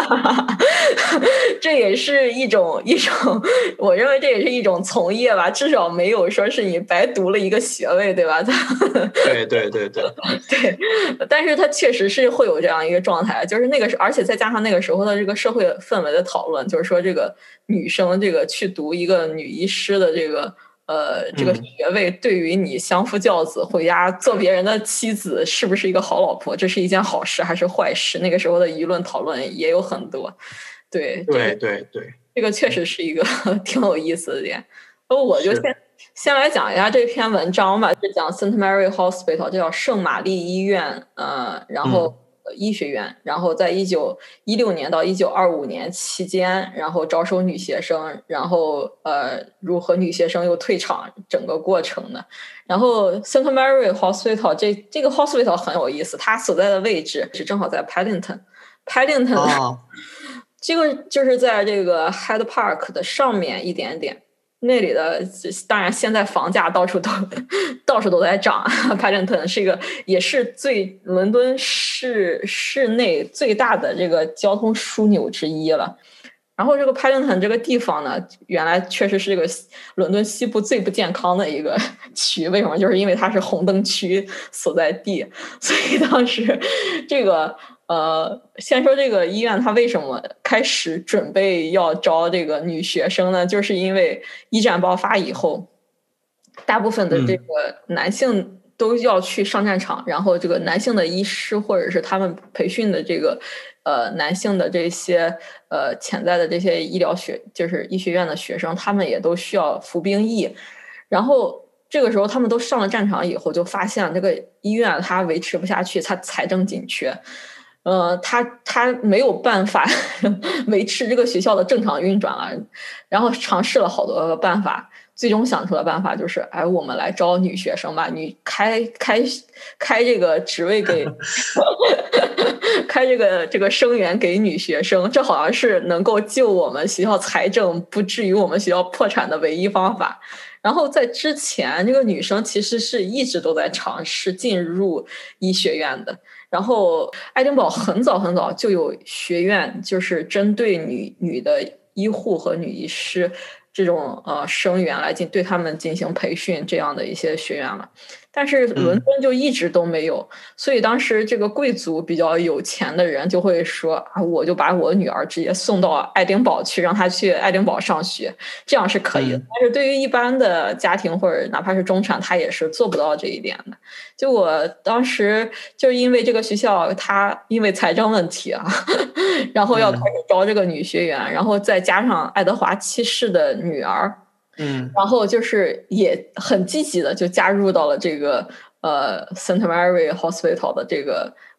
这也是一种一种，我认为这也是一种从业吧，至少没有说是你白读了一个学位，对吧？ 对对对对对，但是它确实是会有这样一个状态，就是那个时，而且再加上那个时候的这个社会氛围的讨论，就是说这个女生这个去读一个女医师的这个。呃，这个学位对于你相夫教子、回家做别人的妻子，是不是一个好老婆？这是一件好事还是坏事？那个时候的舆论讨论也有很多。对对对对， 这个确实是一个挺有意思的点。那我就先先来讲一下这篇文章吧，是讲 Saint Mary Hospital， 这叫圣玛丽医院，呃，然后。嗯医学院，然后在一九一六年到一九二五年期间，然后招收女学生，然后呃，如何女学生又退场，整个过程的。然后 Saint Mary Hospital 这这个 hospital 很有意思，它所在的位置是正好在 Paddington，Paddington，、哦、这个就是在这个 Hyde Park 的上面一点点。那里的当然现在房价到处都到处都在涨。Paddington 是一个也是最伦敦市市内最大的这个交通枢纽之一了。然后这个 Paddington 这个地方呢，原来确实是这个伦敦西部最不健康的一个区。为什么？就是因为它是红灯区所在地，所以当时这个。呃，先说这个医院，它为什么开始准备要招这个女学生呢？就是因为一战爆发以后，大部分的这个男性都要去上战场，嗯、然后这个男性的医师或者是他们培训的这个呃男性的这些呃潜在的这些医疗学，就是医学院的学生，他们也都需要服兵役，然后。这个时候，他们都上了战场以后，就发现这个医院它维持不下去，它财政紧缺。呃，他他没有办法维持这个学校的正常运转了，然后尝试了好多个办法，最终想出的办法就是，哎，我们来招女学生吧，你开开开这个职位给开这个这个生源给女学生，这好像是能够救我们学校财政不至于我们学校破产的唯一方法。然后在之前，这个女生其实是一直都在尝试进入医学院的。然后爱丁堡很早很早就有学院，就是针对女女的医护和女医师这种呃生源来进对他们进行培训这样的一些学院了。但是伦敦就一直都没有，嗯、所以当时这个贵族比较有钱的人就会说啊，我就把我女儿直接送到爱丁堡去，让她去爱丁堡上学，这样是可以的。嗯、但是对于一般的家庭或者哪怕是中产，他也是做不到这一点的。就我当时就因为这个学校，他因为财政问题啊，然后要开始招这个女学员，嗯、然后再加上爱德华七世的女儿。 嗯， 然后就是也很积极的就加入到了这个呃 Saint Mary Hospital 的这个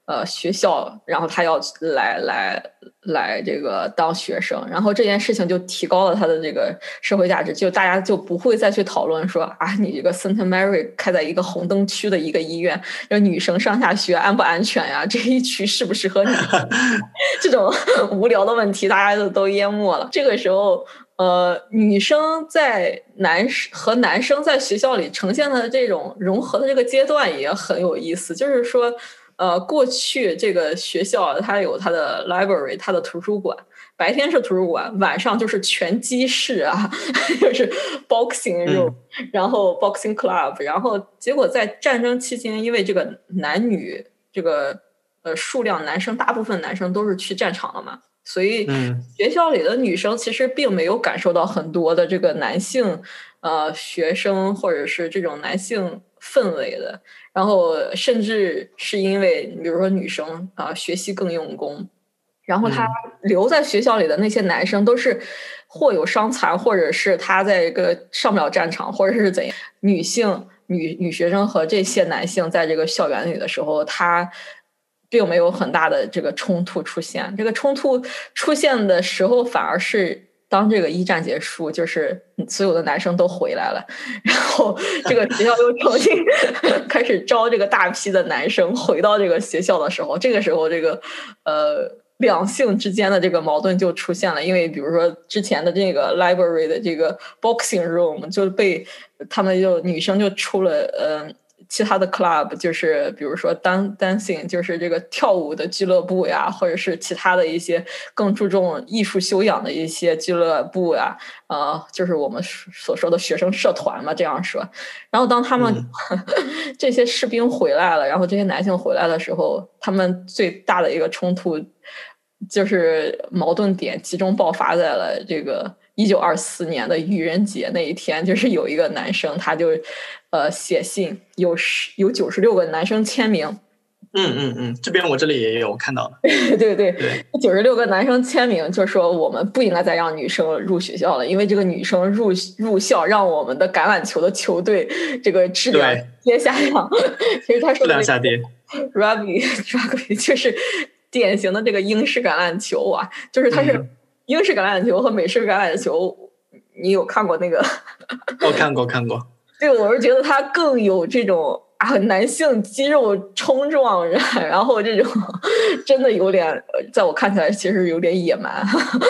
呃学校，然后他要来来来这个当学生，然后这件事情就提高了他的这个社会价值，就大家就不会再去讨论说啊，你这个 Saint Mary 开在一个红灯区的一个医院，让女生上下学安不安全呀？这一区适不适合你？这种无聊的问题，大家都都淹没了。这个时候。呃，女生在男和男生在学校里呈现的这种融合的这个阶段也很有意思，就是说，呃，过去这个学校它有它的 library， 它的图书馆，白天是图书馆，晚上就是拳击室啊，就是 boxing room，、嗯、然后 boxing club， 然后结果在战争期间，因为这个男女这个呃数量，男生大部分男生都是去战场了嘛。所以学校里的女生其实并没有感受到很多的这个男性呃学生或者是这种男性氛围的，然后甚至是因为比如说女生啊、呃、学习更用功，然后他留在学校里的那些男生都是或有伤残，或者是他在一个上不了战场，或者是怎样，女性女女学生和这些男性在这个校园里的时候，他并没有很大的这个冲突出现，这个冲突出现的时候反而是当这个一战结束，就是所有的男生都回来了，然后这个学校又重新开始招这个大批的男生回到这个学校的时候，这个时候这个呃两性之间的这个矛盾就出现了，因为比如说之前的这个 library 的这个 boxing room 就被他们就女生就出了呃其他的 club， 就是比如说 dancing， 就是这个跳舞的俱乐部呀，或者是其他的一些更注重艺术修养的一些俱乐部呀，呃，就是我们所说的学生社团嘛，这样说。然后当他们、嗯、这些士兵回来了，然后这些男性回来的时候，他们最大的一个冲突就是矛盾点集中爆发在了这个一九二四年的愚人节那一天，就是有一个男生他就呃写信，有十有九十六个男生签名。 嗯嗯嗯，这边我这里也有看到了。 对对对，九十六个男生签名，就说我们不应该再让女生入学校了，因为这个女生入入校让我们的橄榄球的球队这个质量跌下降。其实他说的、那个、 质量下跌 ，rugby rugby 就是典型的这个英式橄榄球啊，就是它是英式橄榄球和美式橄榄球，嗯、你有看过那个？ 我看过看过。 对，我是觉得它更有这种。啊，男性肌肉冲撞，然后这种真的有点，在我看起来其实有点野蛮，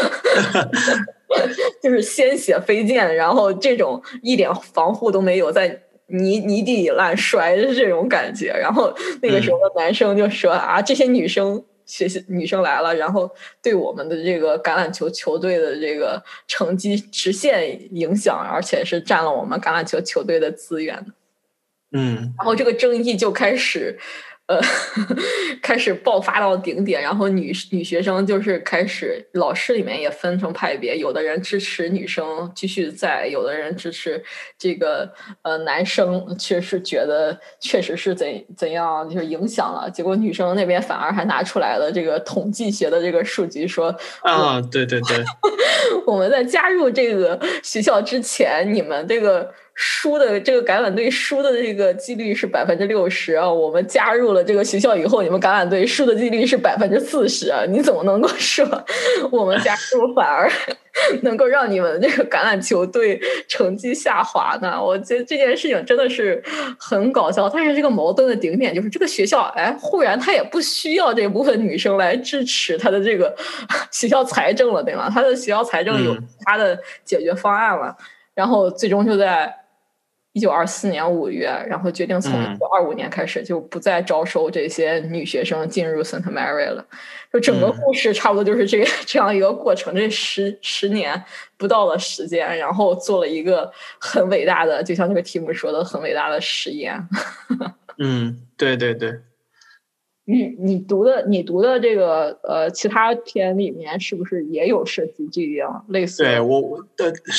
就是鲜血飞溅，然后这种一点防护都没有，在泥泥地里乱摔的这种感觉。然后那个时候的男生就说、嗯、啊，这些女生学习女生来了，然后对我们的这个橄榄球球队的这个成绩直线影响，而且是占了我们橄榄球球队的资源。 嗯， 然后这个争议就开始，呃，开始爆发到顶点。然后女女学生就是开始，老师里面也分成派别，有的人支持女生继续在，有的人支持这个呃男生，确实觉得确实是怎怎样就是影响了。结果女生那边反而还拿出来了这个统计学的这个数据说， 啊，对对对， 我们在加入这个学校之前，你们这个。输的这个橄榄队输的这个几率是百分之六十啊！我们加入了这个学校以后，你们橄榄队输的几率是百分之四十啊！你怎么能够说我们加入反而能够让你们这个橄榄球队成绩下滑呢？我觉得这件事情真的是很搞笑。但是这个矛盾的顶点就是这个学校，哎，忽然他也不需要这部分女生来支持他的这个学校财政了，对吗？他的学校财政有他的解决方案了，嗯、然后最终就在。一九二四年五月，然后决定从一九二五年开始就不再招收这些女学生进入 Saint Mary 了。就整个故事差不多就是这个、嗯、这样一个过程，这十十年不到的时间，然后做了一个很伟大的，就像这个题目说的，很伟大的实验。 嗯，对对对。 你你读的你读的这个呃其他篇里面是不是也有涉及这样类似的？ 对我的。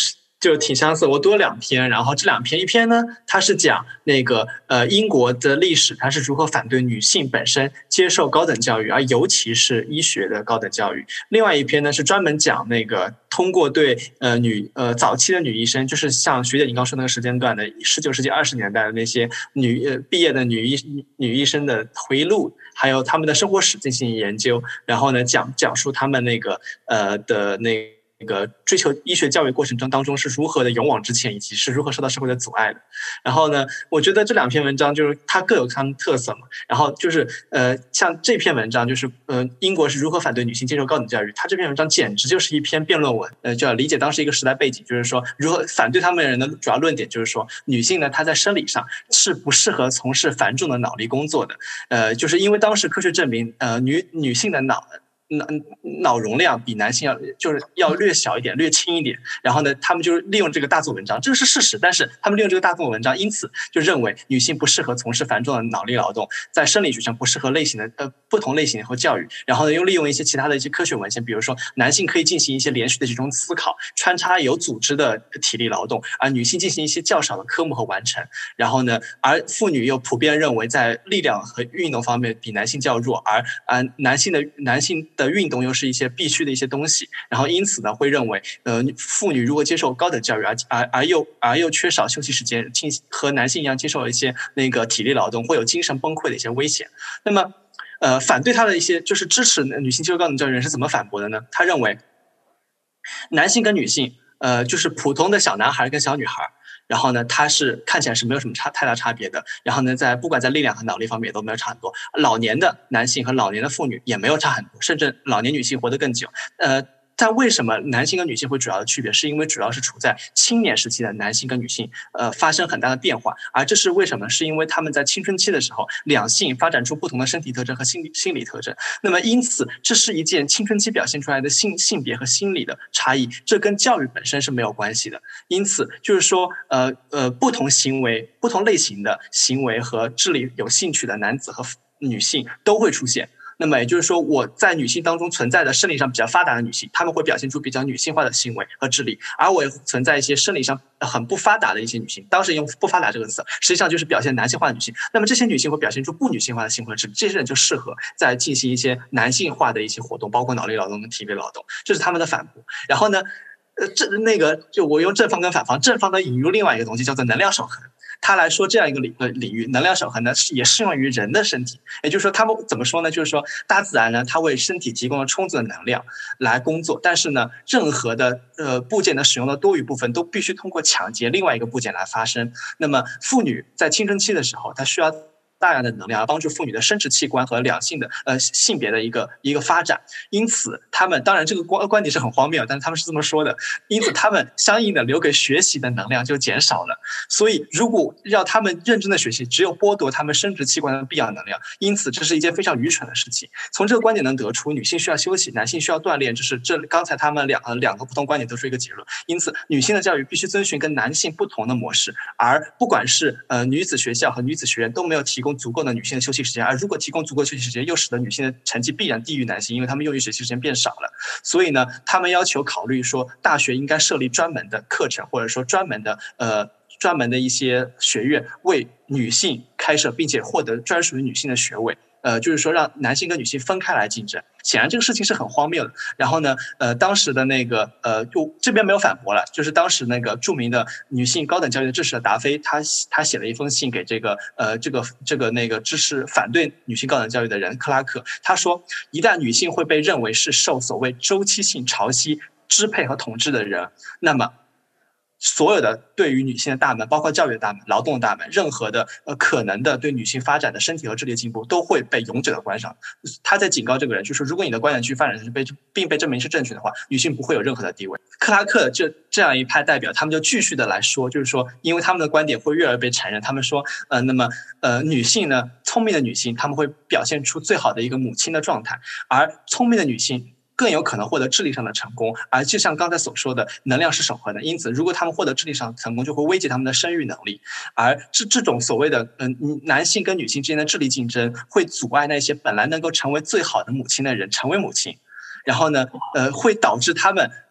就挺相似。我读了两篇，然后这两篇一篇呢，它是讲那个呃英国的历史，它是如何反对女性本身接受高等教育，而尤其是医学的高等教育。另外一篇呢是专门讲那个通过对呃女呃早期的女医生，就是像学姐你刚说那个时间段的十九世纪二十年代的那些女呃毕业的女医女医生的回忆录，还有他们的生活史进行研究，然后呢讲讲述他们那个呃的那个。那个追求医学教育过程中当中是如何的勇往直前，以及是如何受到社会的阻碍的。然后呢，我觉得这两篇文章就是它各有它们特色嘛。然后就是呃，像这篇文章就是呃，英国是如何反对女性接受高等教育，它这篇文章简直就是一篇辩论文。呃，就要理解当时一个时代背景，就是说如何反对他们人的主要论点就是说，女性呢她在生理上是不适合从事繁重的脑力工作的。呃，就是因为当时科学证明，呃，女女性的脑。脑脑容量比男性要就是要略小一点，略轻一点。然后呢，他们就是利用这个大做文章，这个是事实。但是他们利用这个大做文章，因此就认为女性不适合从事繁重的脑力劳动，在生理学上不适合类型的呃不同类型和教育。然后呢，又利用一些其他的一些科学文献，比如说男性可以进行一些连续的集中思考，穿插有组织的体力劳动，而女性进行一些较少的科目和完成。然后呢，而妇女又普遍认为在力量和运动方面比男性较弱，而而男性的男性。的运动又是一些必须的一些东西，然后因此呢，会认为，呃，妇女如果接受高等教育，而而而又而又缺少休息时间，和男性一样接受一些那个体力劳动，会有精神崩溃的一些危险。那么，呃，反对他的一些就是支持女性接受高等教育人是怎么反驳的呢？他认为，男性跟女性，呃，就是普通的小男孩跟小女孩。然后呢，他是看起来是没有什么差太大差别的。然后呢，在不管在力量和脑力方面也都没有差很多。老年的男性和老年的妇女也没有差很多，甚至老年女性活得更久。呃。但为什么男性跟女性会主要的区别？是因为主要是处在青年时期的男性跟女性，呃，发生很大的变化，而这是为什么？是因为他们在青春期的时候，两性发展出不同的身体特征和心理心理特征。那么，因此这是一件青春期表现出来的性性别和心理的差异，这跟教育本身是没有关系的。因此，就是说，呃呃，不同行为、不同类型的行为和智力有兴趣的男子和女性都会出现。那么也就是说，我在女性当中存在的生理上比较发达的女性，她们会表现出比较女性化的行为和智力，而我也存在一些生理上很不发达的一些女性，当时用不发达这个词，实际上就是表现男性化的女性。那么这些女性会表现出不女性化的行为和智力，这些人就适合在进行一些男性化的一些活动，包括脑力劳动跟体力劳动，这是他们的反驳。然后呢，呃，这那个就我用正方跟反方，正方呢引入另外一个东西叫做能量守恒。他来说这样一个领呃领域，能量守恒呢也适用于人的身体。也就是说，他们怎么说呢？就是说，大自然呢，它为身体提供了充足的能量来工作，但是呢，任何的呃部件的使用的多余部分都必须通过抢劫另外一个部件来发生。那么，妇女在青春期的时候，她需要大量的能量，帮助妇女的生殖器官和两性的呃性别的一个一个发展。因此，他们当然这个观观点是很荒谬，但是他们是这么说的。因此，他们相应的留给学习的能量就减少了。所以，如果要他们认真的学习，只有剥夺他们生殖器官的必要能量。因此，这是一件非常愚蠢的事情。从这个观点能得出，女性需要休息，男性需要锻炼，这是这刚才他们两两个不同观点得出一个结论。因此，女性的教育必须遵循跟男性不同的模式，而不管是呃女子学校和女子学院都没有提供足够的女性的休息时间，而如果提供足够的休息时间，又使得女性的成绩必然低于男性，因为他们用于学习时间变少了。所以呢，他们要求考虑说，大学应该设立专门的课程，或者说专门的呃专门的一些学院为女性开设，并且获得专属于女性的学位。呃，就是说让男性跟女性分开来竞争，显然这个事情是很荒谬的。然后呢，呃，当时的那个呃，就这边没有反驳了，就是当时那个著名的女性高等教育的支持者达菲，他他写了一封信给这个呃这个这个那个支持反对女性高等教育的人克拉克，他说，一旦女性会被认为是受所谓周期性潮汐支配和统治的人，那么所有的对于女性的大门，包括教育的大门、劳动的大门，任何的呃可能的对女性发展的身体和智力进步，都会被永久的关上。他在警告这个人，就是如果你的观点继续发展是被并被证明是正确的话，女性不会有任何的地位。克拉克这这样一派代表，他们就继续的来说，就是说，因为他们的观点会越来越被承认，他们说，呃，那么呃女性呢，聪明的女性，她们会表现出最好的一个母亲的状态，而聪明的女性更有可能获得智力上的成功，而就像刚才所说的，能量是守恒的，因此，如果他们获得智力上的成功，就会危及他们的生育能力。而这这种所谓的嗯、呃、男性跟女性之间的智力竞争，会阻碍那些本来能够成为最好的母亲的人成为母亲。然后呢，呃，会导致他们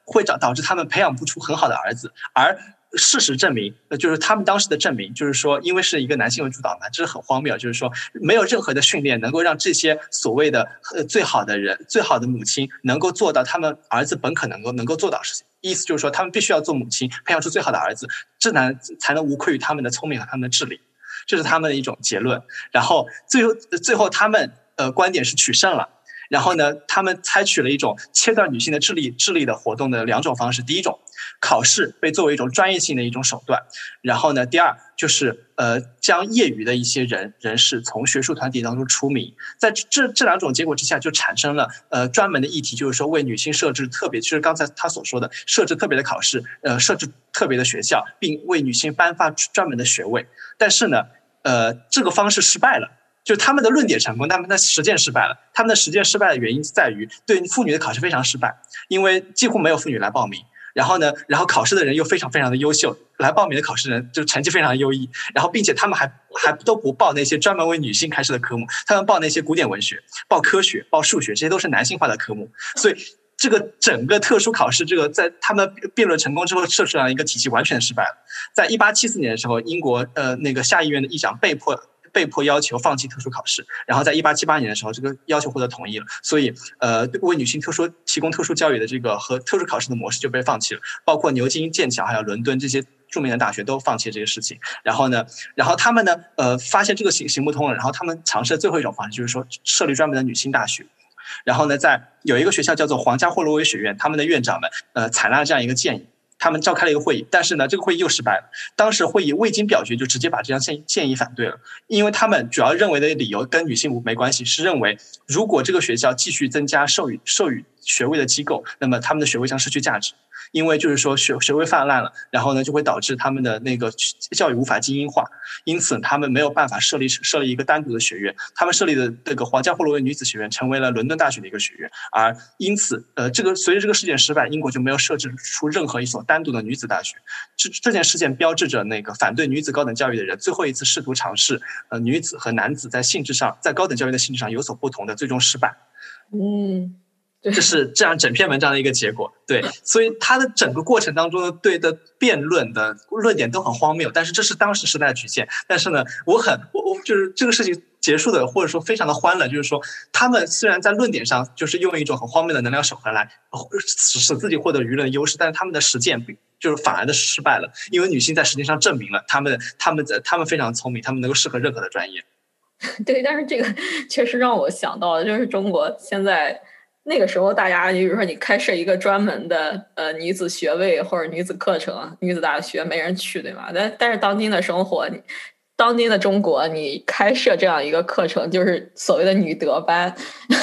会导导致他们培养不出很好的儿子。而事实证明，就是他们当时的证明，就是说，因为是一个男性为主导嘛，这是很荒谬。就是说，没有任何的训练能够让这些所谓的呃最好的人、最好的母亲能够做到他们儿子本可能够能够做到的事情。意思就是说，他们必须要做母亲，培养出最好的儿子，这才才能无愧于他们的聪明和他们的智力。这是他们的一种结论。然后最后最后他们呃观点是取胜了。然后呢，他们采取了一种切断女性的智力智力的活动的两种方式。第一种，考试被作为一种专业性的一种手段。然后呢，第二就是呃将业余的一些人人士从学术团体当中除名。在这这两种结果之下，就产生了呃专门的议题，就是说为女性设置特别，就是刚才他所说的设置特别的考试，呃设置特别的学校，并为女性颁发专门的学位。但是呢，呃这个方式失败了。就他们的论点成功，但他们的实践失败了。他们的实践失败的原因在于对妇女的考试非常失败，因为几乎没有妇女来报名。然后呢，然后考试的人又非常非常的优秀，来报名的考试人就成绩非常的优异。然后并且他们还还都不报那些专门为女性开设的科目，他们报那些古典文学、报科学、报数学，这些都是男性化的科目。所以这个整个特殊考试，这个在他们辩论成功之后设置了一个体系，完全失败了。在一八七四年的时候，英国呃那个下议院的议长被迫。被迫要求放弃特殊考试，然后在一八七八年的时候，这个要求获得同意了，所以呃，为女性特殊提供特殊教育的这个和特殊考试的模式就被放弃了，包括牛津、剑桥还有伦敦这些著名的大学都放弃了这个事情。然后呢，然后他们呢，呃，发现这个行行不通了，然后他们尝试了最后一种方式，就是说设立专门的女性大学。然后呢，在有一个学校叫做皇家霍洛维学院，他们的院长们呃采纳了这样一个建议。他们召开了一个会议，但是呢，这个会议又失败了。当时会议未经表决就直接把这样建建议反对了，因为他们主要认为的理由跟女性没关系，是认为如果这个学校继续增加授予授予学位的机构，那么他们的学位将失去价值。因为就是说学学位泛滥了，然后呢就会导致他们的那个教育无法精英化，因此他们没有办法设立设立一个单独的学院。他们设立的这个皇家霍洛维女子学院成为了伦敦大学的一个学院，而因此呃这个随着这个事件失败，英国就没有设置出任何一所单独的女子大学。这这件事件标志着那个反对女子高等教育的人最后一次试图尝试呃女子和男子在性质上在高等教育的性质上有所不同的最终失败。 嗯。 这是这样整篇文章的一个结果。对，所以他的整个过程当中的对的辩论的论点都很荒谬，但是这是当时时代的局限。但是呢，我很我我就是这个事情结束的或者说非常的欢乐，就是说他们虽然在论点上就是用一种很荒谬的能量手环来使使自己获得舆论的优势，但是他们的实践就是反而的失败了，因为女性在实践上证明了他们他们他们非常聪明，他们能够适合任何的专业。 对，但是这个确实让我想到的就是中国现在。那个时候，大家比如说你开设一个专门的呃女子学位或者女子课程、女子大学，没人去，对吧？但但是当今的生活，当今的中国，你开设这样一个课程，就是所谓的女德班，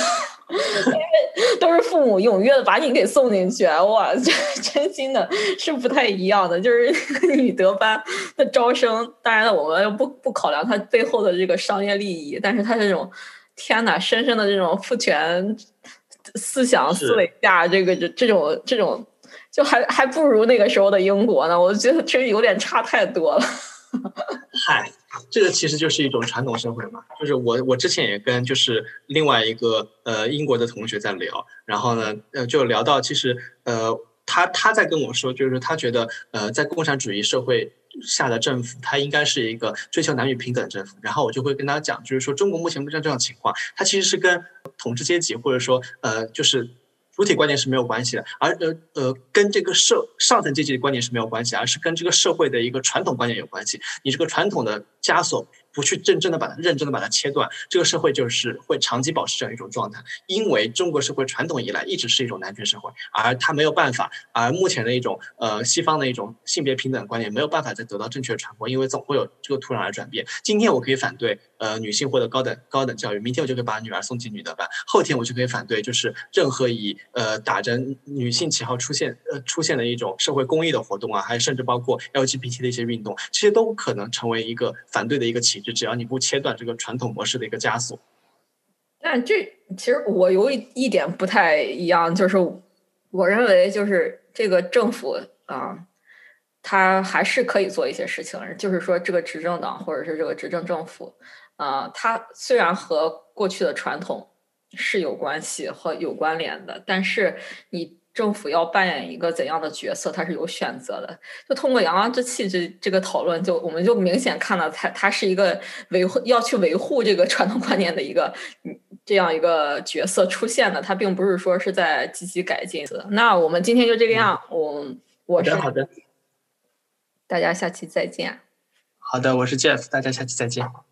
都是父母踊跃的把你给送进去，哇，这真心的是不太一样的。就是女德班的招生，当然了，我们不不考量它背后的这个商业利益，但是它这种天哪，深深的这种父权。思想思维下，这个这这种这种，就还还不如那个时候的英国呢。我觉得真有点差太多了。 嗨，这个其实就是一种传统社会嘛。就是我我之前也跟就是另外一个呃英国的同学在聊，然后呢呃就聊到其实呃他他在跟我说，就是他觉得呃在共产主义社会下的政府，它应该是一个追求男女平等的政府。然后我就会跟他讲，就是说中国目前目前这种情况，它其实是跟统治阶级或者说呃就是主体观念是没有关系的，而呃呃跟这个社上层阶级的观念是没有关系，而是跟这个社会的一个传统观念有关系。你这个传统的枷锁不去真正的把它认真的把它切断，这个社会就是会长期保持这样一种状态。因为中国社会传统以来一直是一种男权社会，而它没有办法，而目前的一种呃西方的一种性别平等观念没有办法再得到正确的传播，因为总会有这个土壤而转变。今天我可以反对呃女性获得高等高等教育，明天我就可以把女儿送进女德班，后天我就可以反对就是任何以呃打着女性旗号出现呃出现的一种社会公益的活动啊，还甚至包括 L G B T 的一些运动，这些都可能成为一个反对的一个旗帜，只要你不切断这个传统模式的一个枷锁。 但这其实我有一点不太一样，就是我认为就是这个政府啊，他还是可以做一些事情，就是说这个执政党或者是这个执政政府啊，它虽然和过去的传统是有关系和有关联的，但是你政府要扮演一个怎样的角色，他是有选择的。就通过杨洋之气这这个讨论，就我们就明显看到他他是一个维护要去维护这个传统观念的一个这样一个角色出现的，他并不是说是在积极改进的。那我们今天就这个样，我我是好的， 大家下期再见。 好的，我是 Jeff，大家下期再见。